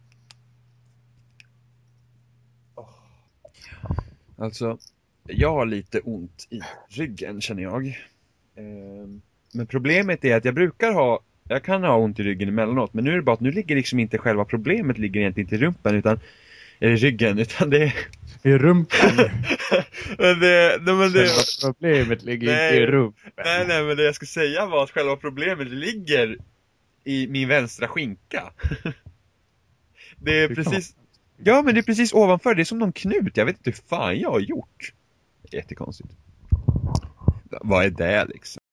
Alltså, jag har lite ont i ryggen, känner jag. Men problemet är att jag kan ha ont i ryggen emellanåt, men nu är det bara att nu ligger liksom inte själva problemet ligger egentligen inte i rumpan utan i ryggen, utan det är i rumpan. men problemet ligger inte i rumpan. Nej, men det jag ska säga var att själva problemet ligger i min vänstra skinka. Det är precis. Ja, men det är precis ovanför. Det är som någon knut. Jag vet inte hur fan jag har gjort. Jättekonstigt. Vad är det liksom?